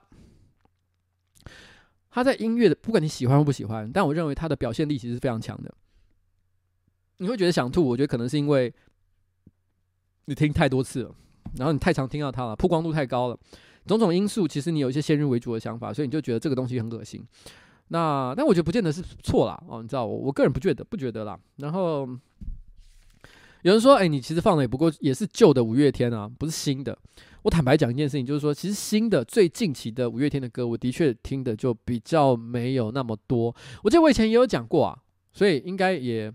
他在音乐的，不管你喜欢或不喜欢，但我认为他的表现力其实是非常强的。你会觉得想吐，我觉得可能是因为你听太多次了，然后你太常听到他了，曝光度太高了，种种因素，其实你有一些先入为主的想法，所以你就觉得这个东西很恶心。那但我觉得不见得是错啦，哦，你知道我我个人不觉得不觉得啦。然后有人说，哎、欸，你其实放的也不过也是旧的五月天啊，不是新的。我坦白讲一件事情，就是说，其实新的最近期的五月天的歌，我的确听的就比较没有那么多。我记得我以前也有讲过啊，所以应该也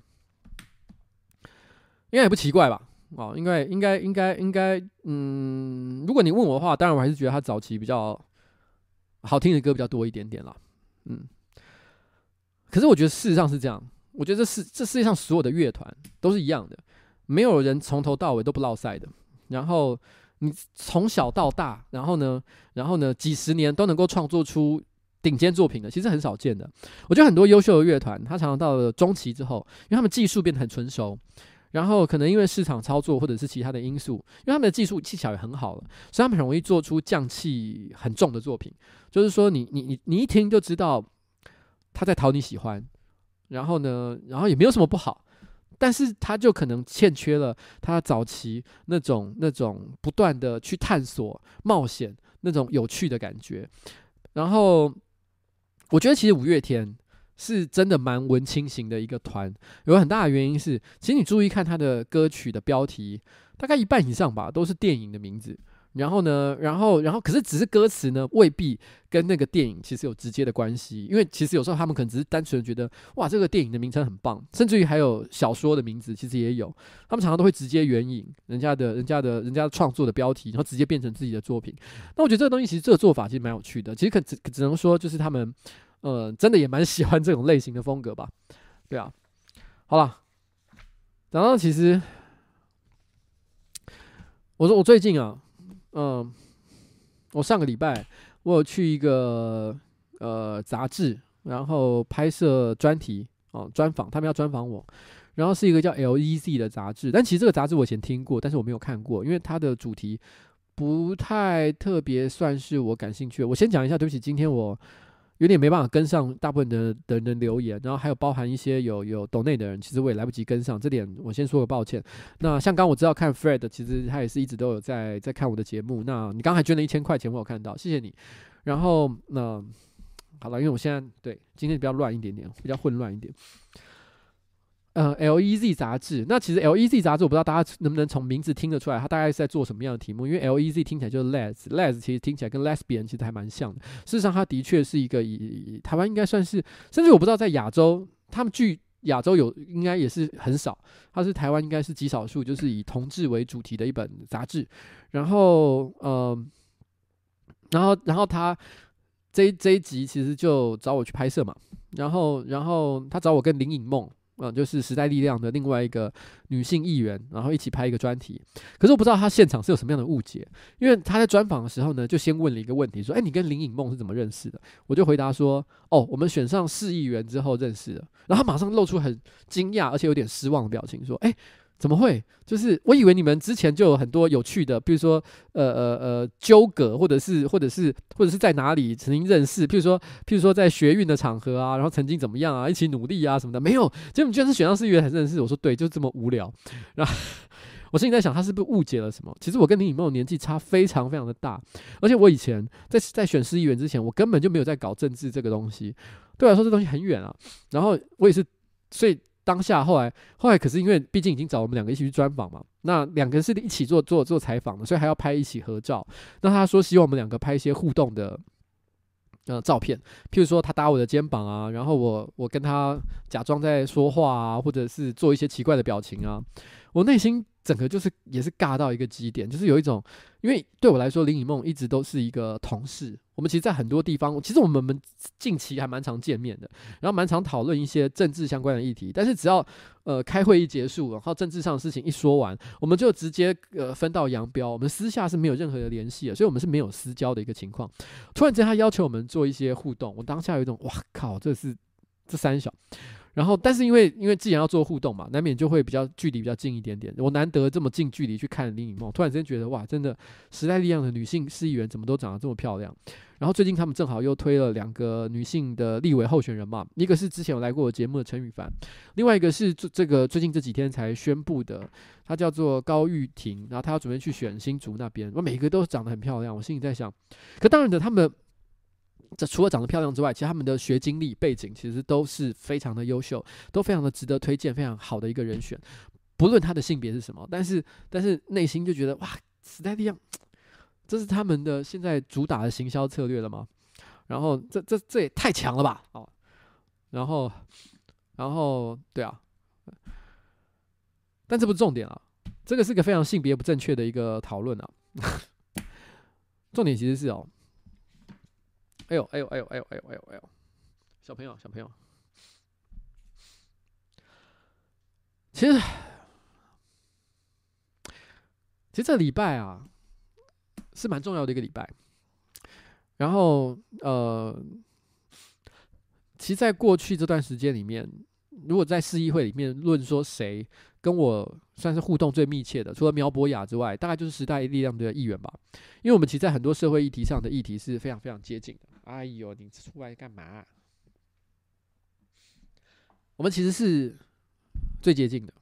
应该也不奇怪吧？哦，应该应该应该应该，嗯，如果你问我的话，当然我还是觉得他早期比较好听的歌比较多一点点啦，嗯。可是我觉得事实上是这样，我觉得这世这世界上所有的乐团都是一样的，没有人从头到尾都不落赛的。然后你从小到大，然后呢，然后呢，几十年都能够创作出顶尖作品的，其实很少见的。我觉得很多优秀的乐团，他常常到了中期之后，因为他们技术变得很纯熟，然后可能因为市场操作或者是其他的因素，因为他们的技术技巧也很好了，所以他们很容易做出匠气很重的作品。就是说你，你你你一听就知道他在讨你喜欢，然后呢，然后也没有什么不好， 但是他就可能欠缺了他早期那种那种不断的去探索、冒险那种有趣的感觉。然后我觉得其实五月天是真的蛮文青型的一个团，有很大的原因是，其实你注意看他的歌曲的标题，大概一半以上吧都是电影的名字。然后呢，然后，然后，可是只是歌词呢，未必跟那个电影其实有直接的关系，因为其实有时候他们可能只是单纯的觉得，哇，这个电影的名称很棒，甚至于还有小说的名字，其实也有，他们常常都会直接援引人家的、人家的、人家创作的标题，然后直接变成自己的作品。那我觉得这个东西其实这个做法其实蛮有趣的，其实可只只能说就是他们，呃，真的也蛮喜欢这种类型的风格吧，对啊。好了，然后其实，我说我最近啊。嗯，我上个礼拜我有去一个呃杂志，然后拍摄专题哦专访，他们要专访我，然后是一个叫 L E Z 的杂志，但其实这个杂志我以前听过，但是我没有看过，因为它的主题不太特别，算是我感兴趣的。我先讲一下，对不起，今天我有点没办法跟上大部分的的人的留言，然后还有包含一些有有抖内的人，其实我也来不及跟上，这点我先说个抱歉。那像刚我知道看 Fred， 其实他也是一直都有在在看我的节目。那你刚才捐了一千块钱，我有看到，谢谢你。然后那好了，因为我现在对今天比较乱一点点，比较混乱一点。呃 ，L E Z 杂志，那其实 L E Z 杂志，我不知道大家能不能从名字听得出来，它大概是在做什么样的题目。因为 L E Z 听起来就是 Les，Les 其实听起来跟 Lesbian 其实还蛮像的。事实上，它的确是一个以台湾应该算是，甚至我不知道在亚洲，他们据亚洲有应该也是很少，它是台湾应该是极少数，就是以同志为主题的一本杂志。然后，呃，然后，然后他这这一集其实就找我去拍摄嘛，然后，然后他找我跟林颖梦。嗯，就是时代力量的另外一个女性议员，然后一起拍一个专题。可是我不知道他现场是有什么样的误解，因为他在专访的时候呢，就先问了一个问题，说：“哎，你跟林颖梦是怎么认识的？”我就回答说：“哦，我们选上市议员之后认识的。”然后他马上露出很惊讶而且有点失望的表情，说：“哎。”怎么会？就是我以为你们之前就有很多有趣的，比如说呃呃呃纠葛，或者是或者是或者是在哪里曾经认识，譬如说譬如说在学运的场合啊，然后曾经怎么样啊，一起努力啊什么的，没有，结果你居然是选上市议员才认识。我说对，就这么无聊。然后我心里在想，他是不是误解了什么？其实我跟林颖梦年纪差非常非常的大，而且我以前在在选市议员之前，我根本就没有在搞政治这个东西，对我来说这东西很远啊。然后我也是，所以。当下后来后来可是因为毕竟已经找我们两个一起去专访嘛，那两个人是一起做做做采访的，所以还要拍一起合照。那他说希望我们两个拍一些互动的呃照片，譬如说他搭我的肩膀啊，然后我我跟他假装在说话啊，或者是做一些奇怪的表情啊，我内心整个就是也是尬到一个极点，就是有一种，因为对我来说林颖梦一直都是一个同事。我们其实，在很多地方，其实我们们近期还蛮常见面的，然后蛮常讨论一些政治相关的议题。但是只要呃开会一结束，然后政治上的事情一说完，我们就直接呃分道扬镳。我们私下是没有任何的联系的，所以我们是没有私交的一个情况。突然之间，他要求我们做一些互动，我当下有一种哇靠，这是这三小。然后，但是因为因为既然要做互动嘛，难免就会比较距离比较近一点点。我难得这么近距离去看林颖梦，突然之间觉得哇，真的时代力量的女性市议员怎么都长得这么漂亮。然后最近他们正好又推了两个女性的立委候选人嘛，一个是之前有来过我节目的陈羽凡，另外一个是这个最近这几天才宣布的，她叫做高玉婷，然后她要准备去选新竹那边，我每个都长得很漂亮。我心里在想，可当然的，他们这除了长得漂亮之外，其实他们的学经历背景其实都是非常的优秀，都非常的值得推荐，非常好的一个人选。不论他的性别是什么，但是但是内心就觉得哇，时代力量。这是他们的现在主打的行销策略了吗？然后这这这也太强了吧！哦，然后然后对啊，但这不是重点啊，这个是个非常性别不正确的一个讨论啊。重点其实是哦，哎呦哎呦哎呦哎呦哎呦哎呦哎呦，小朋友小朋友，其实其实这礼拜啊。是蛮重要的一个礼拜，然后呃，其实在过去这段时间里面，如果在市议会里面论说谁跟我算是互动最密切的，除了苗博雅之外，大概就是时代力量的议员吧。因为我们其实在很多社会议题上的议题是非常非常接近的。哎呦，你出来干嘛？我们其实是最接近的。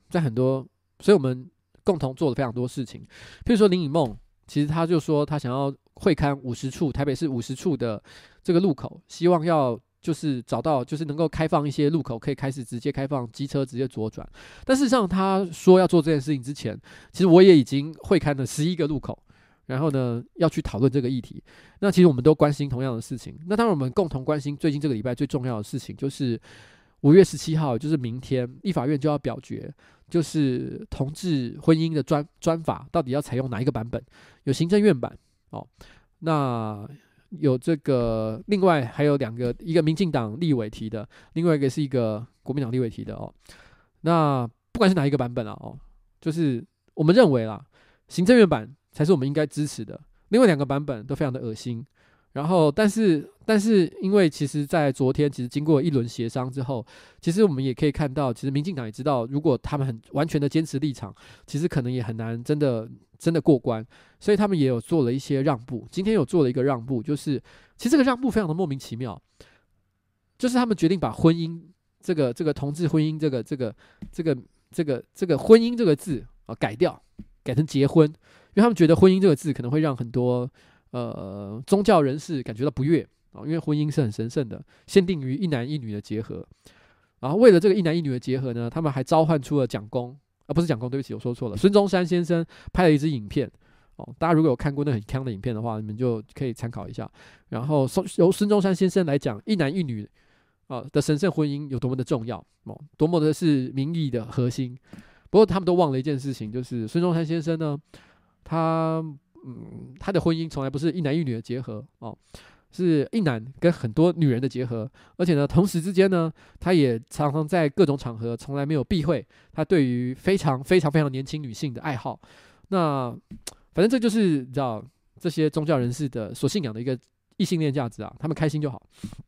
在很多，所以我们共同做了非常多事情。譬如说林颖梦，其实他就说他想要会勘五十处台北市五十处的这个路口，希望要就是找到就是能够开放一些路口，可以开始直接开放机车直接左转。但事实上他说要做这件事情之前，其实我也已经会勘了十一个路口。然后呢，要去讨论这个议题。那其实我们都关心同样的事情。那当然，我们共同关心最近这个礼拜最重要的事情，就是五月十七号，就是明天，立法院就要表决，就是同志婚姻的专专法到底要采用哪一个版本？有行政院版哦，那有这个，另外还有两个，一个民进党立委提的，另外一个是一个国民党立委提的哦。那不管是哪一个版本啊，哦，就是我们认为啦，行政院版才是我们应该支持的，另外两个版本都非常的恶心。然后，但是，但是，因为其实，在昨天，其实经过一轮协商之后，其实我们也可以看到，其实民进党也知道，如果他们很完全的坚持立场，其实可能也很难真的真的过关，所以他们也有做了一些让步。今天有做了一个让步，就是其实这个让步非常的莫名其妙，就是他们决定把婚姻这个这个同志婚姻这个这个这个这个这个婚姻这个字啊改掉，改成结婚。因为他们觉得婚姻这个字可能会让很多呃宗教人士感觉到不悦啊，因为婚姻是很神圣的，限定于一男一女的结合。然后为了这个一男一女的结合呢，他们还召唤出了蒋公啊，不是蒋公，对不起，我说错了，孙中山先生拍了一支影片哦，大家如果有看过那很鏘的影片的话，你们就可以参考一下。然后由孙中山先生来讲一男一女啊的神圣婚姻有多么的重要哦，多么的是民意的核心。不过他们都忘了一件事情，就是孙中山先生呢。他嗯，他的婚姻从来不是一男一女的结合哦，是一男跟很多女人的结合，而且呢，同时之间呢，他也常常在各种场合从来没有避讳他对于非常非常非常年轻女性的爱好。那反正这就是你知道这些宗教人士的所信仰的一个异性恋价值啊，他们开心就好。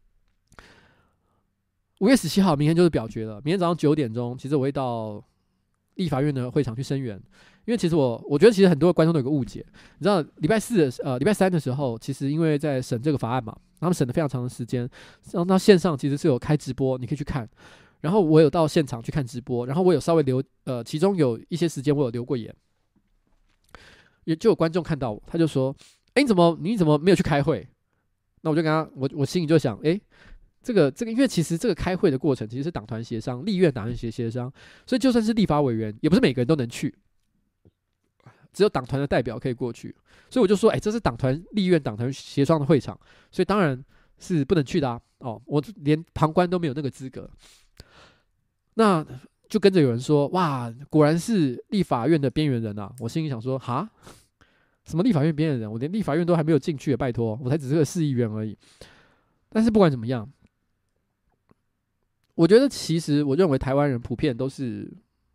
五月十七号，明天就是表决了，明天早上九点钟，其实我会到立法院的会场去声援。因为其实我我觉得其实很多观众都有个误解，你知道礼拜四的呃礼拜三的时候，其实因为在审这个法案嘛，他们审了非常长的时间，然后到线上其实是有开直播，你可以去看。然后我有到现场去看直播，然后我有稍微留呃，其中有一些时间我有留过言，也就有观众看到我，他就说：“哎，你怎么你怎么没有去开会？”那我就跟他，我我心里就想，哎。这个这个，因为其实这个开会的过程其实是党团协商，立院党团协协商，所以就算是立法委员，也不是每个人都能去。只有党团的代表可以过去，所以我就说，哎、欸，这是党团立院党团协商的会场，所以当然是不能去的啊。哦，我连旁观都没有那个资格。那就跟着有人说，哇，果然是立法院的边缘人啊！我心里想说，哈，什么立法院边缘人？我连立法院都还没有进去，拜托，我才只是个市议员而已。但是不管怎么样，我觉得其实我认为台湾人普遍都是。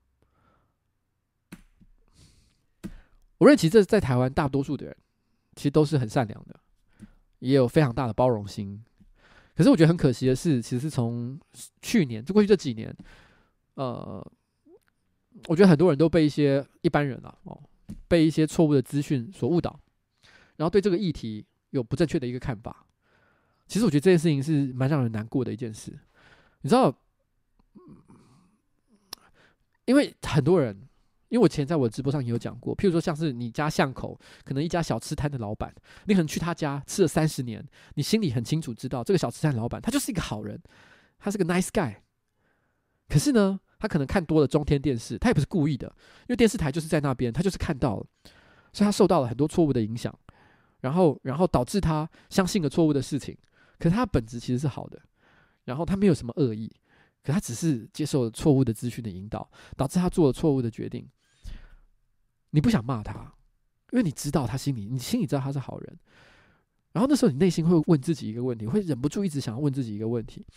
我认为其实这在台湾大多数的人其实都是很善良的，也有非常大的包容心。可是我觉得很可惜的是，其实是从去年就过去这几年，呃，我觉得很多人都被一些一般人啊，哦，被一些错误的资讯所误导，然后对这个议题有不正确的一个看法。其实我觉得这件事情是蛮让人难过的一件事。你知道，因为很多人。因为我以前在我的直播上也有讲过，譬如说像是你家巷口可能一家小吃摊的老板，你可能去他家吃了三十年，你心里很清楚知道这个小吃摊老板他就是一个好人，他是个 nice guy。可是呢，他可能看多了中天电视，他也不是故意的，因为电视台就是在那边，他就是看到了，所以他受到了很多错误的影响，然后然后导致他相信了错误的事情。可是他的本质其实是好的，然后他没有什么恶意，可他只是接受了错误的资讯的引导，导致他做了错误的决定。你不想骂他，因为你知道他心里，你心里知道他是好人。然后那时候你内心会问自己一个问题，会忍不住一直想要问自己一个问题。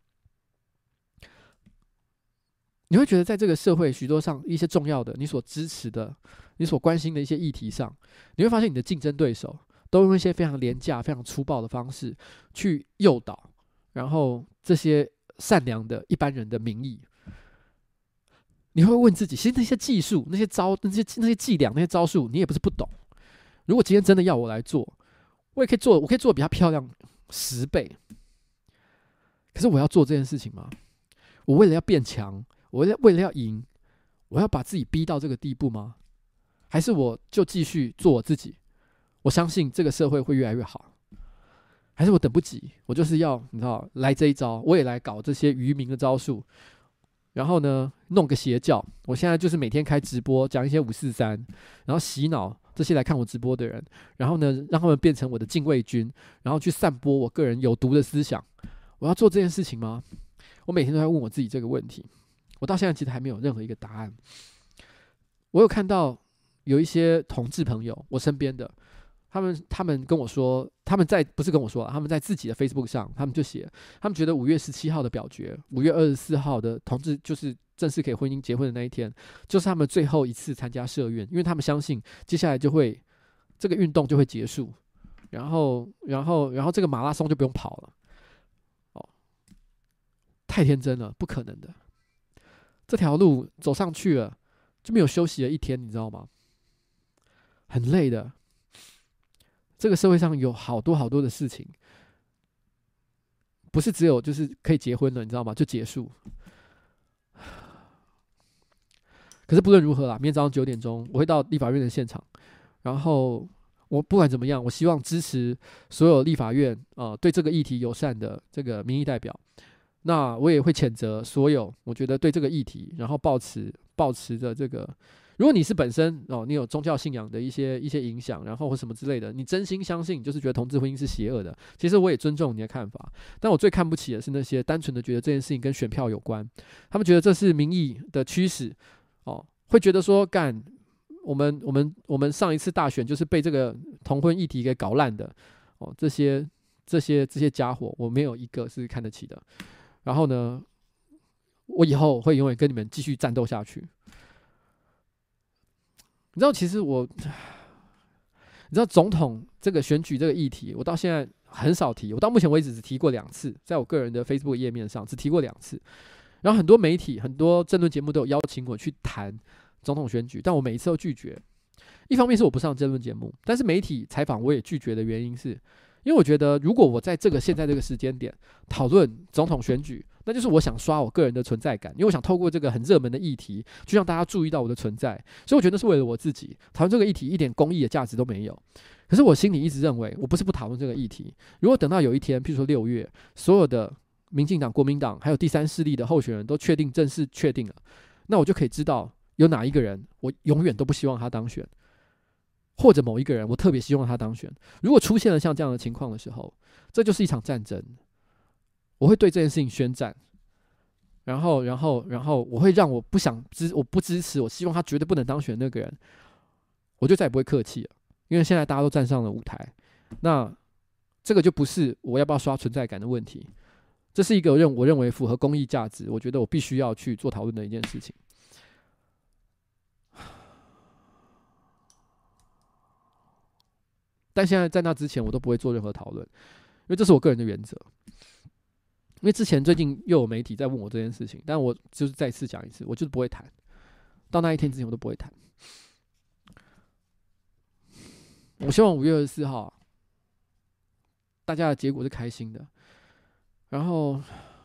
你会觉得在这个社会许多上一些重要的、你所支持的、你所关心的一些议题上，你会发现你的竞争对手都用一些非常廉价、非常粗暴的方式去诱导，然后这些善良的一般人的民意。你会问自己，其实那些技术、那些招、那些那些伎俩、那些招数，你也不是不懂。如果今天真的要我来做，我也可以做，我可以做得比他漂亮十倍。可是我要做这件事情吗？我为了要变强，我为了为了要赢， 我要把自己逼到这个地步吗？还是我就继续做我自己？我相信这个社会会越来越好。还是我等不及，我就是要你知道来这一招，我也来搞这些愚民的招数，然后呢弄个邪教。我现在就是每天开直播，讲一些五四三，然后洗脑这些来看我直播的人，然后呢让他们变成我的禁卫军，然后去散播我个人有毒的思想。我要做这件事情吗？我每天都在问我自己这个问题，我到现在其实还没有任何一个答案。我有看到有一些同志朋友，我身边的。他们他们跟我说，他们在不是跟我说，他们在自己的 Facebook 上，他们就写，他们觉得五月十七号的表决，五月二十四号的同志就是正式可以婚姻结婚的那一天，就是他们最后一次参加社运，因为他们相信接下来就会这个运动就会结束，然后然后然后这个马拉松就不用跑了。哦，太天真了，不可能的，这条路走上去了就没有休息了一天，你知道吗？很累的。这个社会上有好多好多的事情，不是只有就是可以结婚了，你知道吗？就结束。可是不论如何啦，明天早上九点钟我会到立法院的现场，然后我不管怎么样，我希望支持所有立法院呃对这个议题友善的这个民意代表。那我也会谴责所有我觉得对这个议题，然后抱持抱持着这个。如果你是本身哦，你有宗教信仰的一些一些影响，然后或什么之类的，你真心相信，就是觉得同志婚姻是邪恶的，其实我也尊重你的看法。但我最看不起的是那些单纯的觉得这件事情跟选票有关，他们觉得这是民意的趋势，哦，会觉得说干，我们我们我们上一次大选就是被这个同婚议题给搞烂的，哦，这些这些这些家伙，我没有一个是看得起的。然后呢，我以后会永远跟你们继续战斗下去。你知道，其实我，你知道总统这个选举这个议题，我到现在很少提，我到目前为止只提过两次，在我个人的 Facebook 页面上只提过两次。然后很多媒体、很多政论节目都有邀请我去谈总统选举，但我每一次都拒绝。一方面是我不上政论节目，但是媒体采访我也拒绝的原因是，因为我觉得如果我在这个现在这个时间点讨论总统选举，那就是我想刷我个人的存在感，因为我想透过这个很热门的议题，去让大家注意到我的存在，所以我觉得是为了我自己。讨论这个议题一点公益的价值都没有。可是我心里一直认为，我不是不讨论这个议题。如果等到有一天，譬如说六月，所有的民进党、国民党还有第三势力的候选人都确定正式确定了，那我就可以知道有哪一个人我永远都不希望他当选，或者某一个人我特别希望他当选。如果出现了像这样的情况的时候，这就是一场战争。我会对这件事情宣战，然后，然后，然后我会让我不想支、我不支持、我希望他绝对不能当选的那个人，我就再也不会客气了。因为现在大家都站上了舞台，那这个就不是我要不要刷存在感的问题，这是一个认我认为符合公益价值，我觉得我必须要去做讨论的一件事情。但现在在那之前，我都不会做任何讨论，因为这是我个人的原则。因为之前最近又有媒体在问我这件事情，但我就是再次讲一次，我就是不会谈。到那一天之前，我都不会谈。我希望五月二十四号，大家的结果是开心的。然后，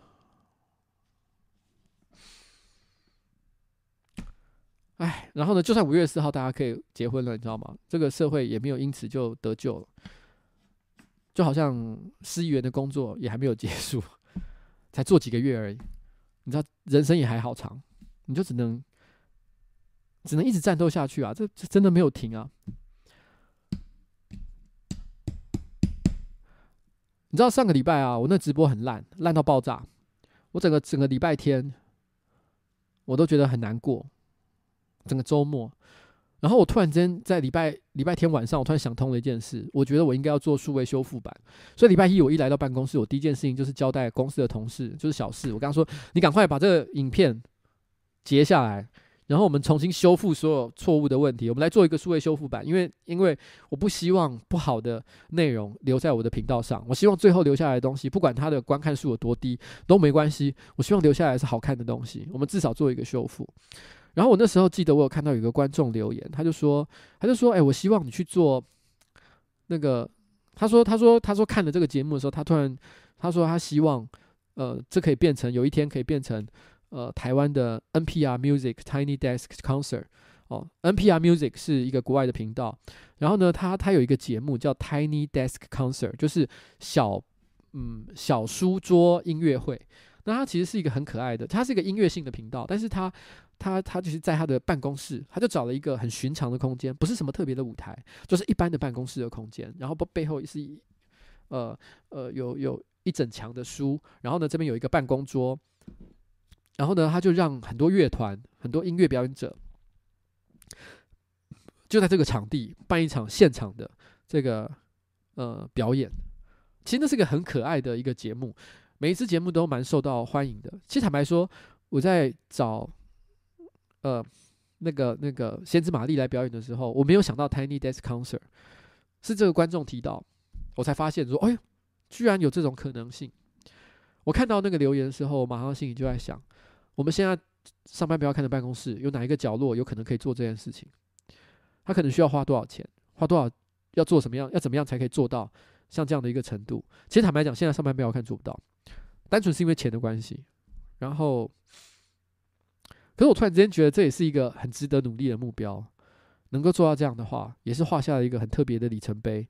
哎，然后呢？就算五月四号大家可以结婚了，你知道吗？这个社会也没有因此就得救了。就好像市议员的工作也还没有结束。才做几个月而已，你知道人生也还好长，你就只能只能一直战斗下去啊！这这真的没有停啊！你知道上个礼拜啊，我那直播很烂，烂到爆炸，我整个整个礼拜天我都觉得很难过，整个周末。然后我突然间在礼拜礼拜天晚上，我突然想通了一件事，我觉得我应该要做数位修复版。所以礼拜一我一来到办公室，我第一件事情就是交代公司的同事，就是小事，我跟他说：“你赶快把这个影片截下来，然后我们重新修复所有错误的问题，我们来做一个数位修复版。因为因为我不希望不好的内容留在我的频道上，我希望最后留下来的东西，不管它的观看数有多低都没关系，我希望留下来是好看的东西。我们至少做一个修复。”然后我那时候记得我有看到有一个观众留言，他就说，他就说，哎、欸，我希望你去做那个，他说，他说，他说看了这个节目的时候，他突然他说他希望，呃，这可以变成有一天可以变成呃台湾的 N P R Music Tiny Desk Concert 哦 ，N P R Music 是一个国外的频道，然后呢，它它有一个节目叫 Tiny Desk Concert， 就是小嗯小书桌音乐会。那它其实是一个很可爱的，它是一个音乐性的频道，但是它他他就是在他的办公室，他就找了一个很寻常的空间，不是什么特别的舞台，就是一般的办公室的空间。然后背后是一呃呃有有一整墙的书，然后呢这边有一个办公桌，然后呢他就让很多乐团、很多音乐表演者就在这个场地办一场现场的这个呃表演。其实那是个很可爱的一个节目，每一次节目都蛮受到欢迎的。其实坦白说，我在找。呃，那个那个先知玛丽来表演的时候，我没有想到 Tiny Desk Concert 是这个观众提到，我才发现说，哎呦，居然有这种可能性。我看到那个留言的时候，我马上心里就在想，我们现在上班不要看的办公室，有哪一个角落有可能可以做这件事情？他可能需要花多少钱，花多少，要做什么样，要怎么样才可以做到像这样的一个程度？其实坦白讲，现在上班不要看做不到，单纯是因为钱的关系，然后。可是我突然之间觉得这也是一个很值得努力的目标，能够做到这样的话，也是画下了一个很特别的里程碑，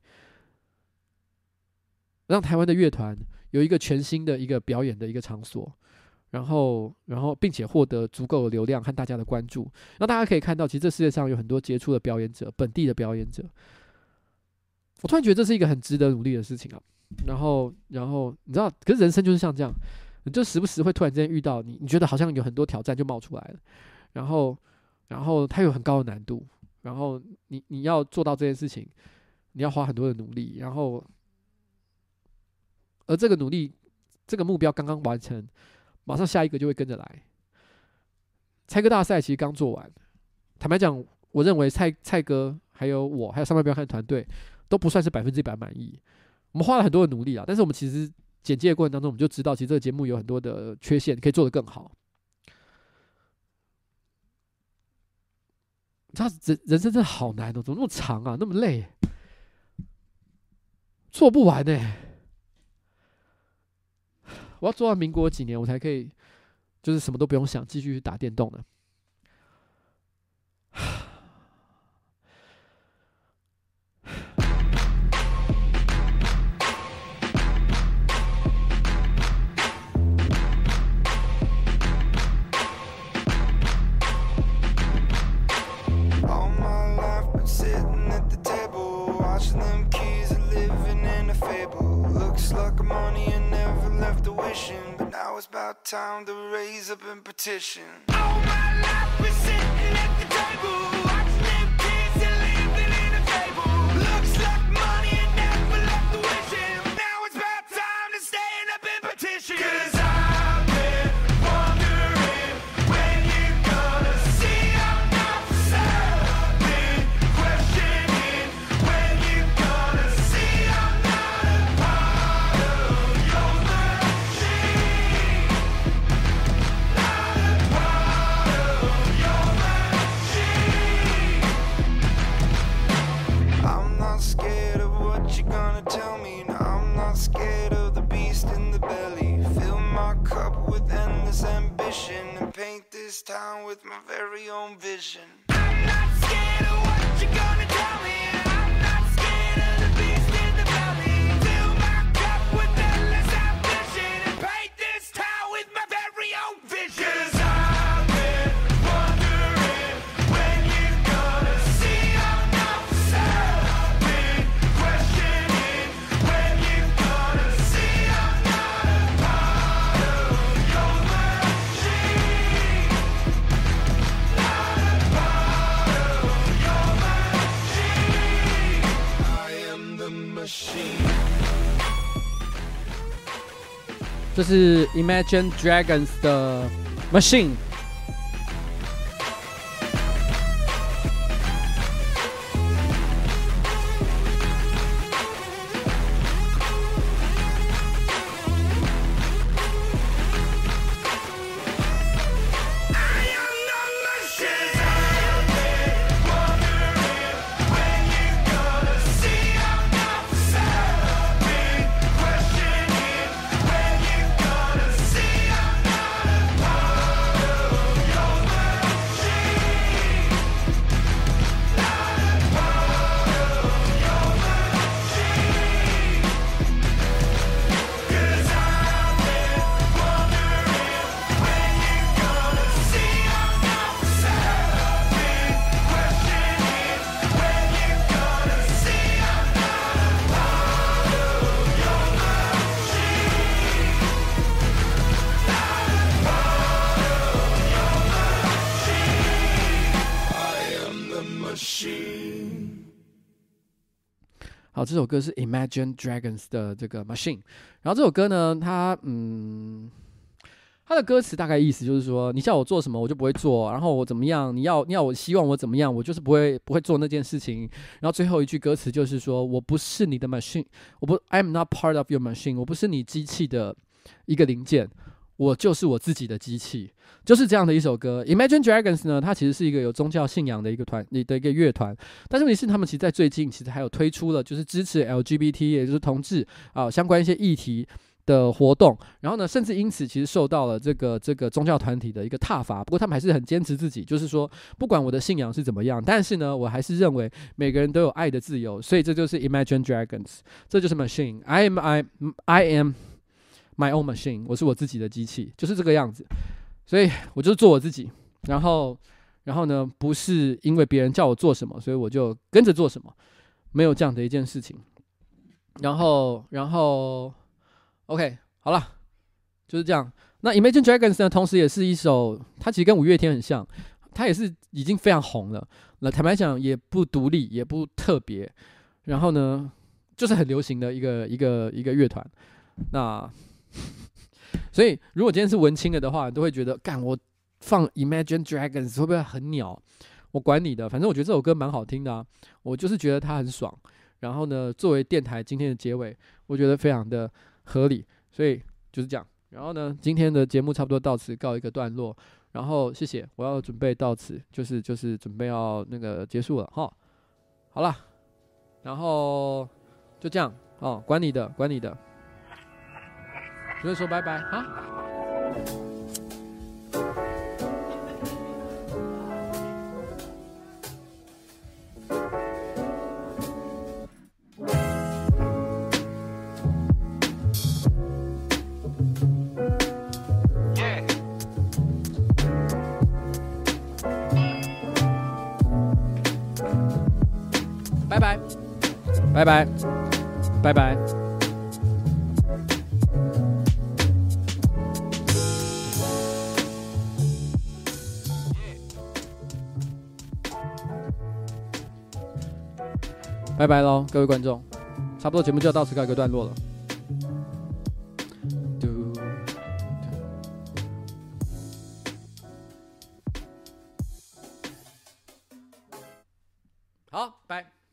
让台湾的乐团有一个全新的一个表演的一个场所，然后，然后并且获得足够的流量和大家的关注，让大家可以看到，其实这世界上有很多杰出的表演者，本地的表演者。我突然觉得这是一个很值得努力的事情啊。然后，然后你知道，可是人生就是像这样。你就时不时会突然之间遇到你，你觉得好像有很多挑战就冒出来了，然后，然后它有很高的难度，然后你你要做到这件事情，你要花很多的努力，然后，而这个努力，这个目标刚刚完成，马上下一个就会跟着来。猜歌大赛其实刚做完，坦白讲，我认为蔡蔡哥还有我还有上班不要看团队都不算是百分之一百满意，我们花了很多的努力啊，但是我们其实。简介的过程当中，我们就知道，其实这个节目有很多的缺陷，可以做得更好。他人人生真的好难哦，怎么那么长啊，那么累，做不完呢、欸。我要做到民国几年，我才可以，就是什么都不用想，继续打电动呢？ It's about time to raise up and petition. All my life we're sitting at the table, watching them kids and living in a fable. Looks like money and never left the wishing. Now it's about time to stand up and petition. 'Cause I've been wondering when you're gonna see I'm not for sale. Been questioning when you're gonna see I'm not a part of your machine. I'm not scared of what you're gonna tell me. No, I'm not scared of the beast in the belly. Fill my cup with endless ambition and paint this town with my very own vision. I'm not scared of what you're gonna tell me. I'm not scared of the beast in the belly. Fill my cup with endless ambition and paint this town with my very own vision. 'Cause I've been wondering when you're gonna see I'm not for sale. Been questioning when you're gonna see I'm not a part of your machine. Not a part of your machine. I am the machine. 这是 Imagine Dragons 的 Machine。 好，这首歌是 Imagine Dragons 的这个 Machine。然后这首歌呢，它嗯。他的歌词大概意思就是说，你叫我做什么我就不会做，然后我怎么样，你要你要我希望我怎么样，我就是不会不会做那件事情。然后最后一句歌词就是说，我不是你的 machine， 我不 I'm not part of your machine， 我不是你机器的一个零件，我就是我自己的机器，就是这样的一首歌。Imagine Dragons 呢，它其实是一个有宗教信仰的一个团的一个乐团，但是问题是他们其实在最近其实还有推出了就是支持 L G B T 也就是同志啊相关一些议题的活动，然后呢，甚至因此其实受到了这个这个宗教团体的一个挞伐。不过他们还是很坚持自己，就是说，不管我的信仰是怎么样，但是呢，我还是认为每个人都有爱的自由。所以这就是 Imagine Dragons， 这就是 Machine。I am I I am my own machine， 我是我自己的机器，就是这个样子。所以我就做我自己，然后然后呢，不是因为别人叫我做什么，所以我就跟着做什么，没有这样的一件事情。然后然后。OK， 好了，就是这样。那 Imagine Dragons 呢，同时也是一首，它其实跟五月天很像，它也是已经非常红了。那坦白讲，也不独立，也不特别。然后呢，就是很流行的一个一个一个乐团。那所以，如果今天是文青了的话，都会觉得，干我放 Imagine Dragons 会不会很鸟？我管你的，反正我觉得这首歌蛮好听的啊。我就是觉得它很爽。然后呢，作为电台今天的结尾，我觉得非常的合理，所以就是这样。然后呢，今天的节目差不多到此告一个段落。然后谢谢，我要准备到此，就是就是准备要那个结束了哈。好了，然后就这样哦，管你的，管你的，所以说拜拜哈。拜拜，拜拜，拜拜。拜拜喽，各位观众，差不多节目就要到此告一个段落了。好，拜。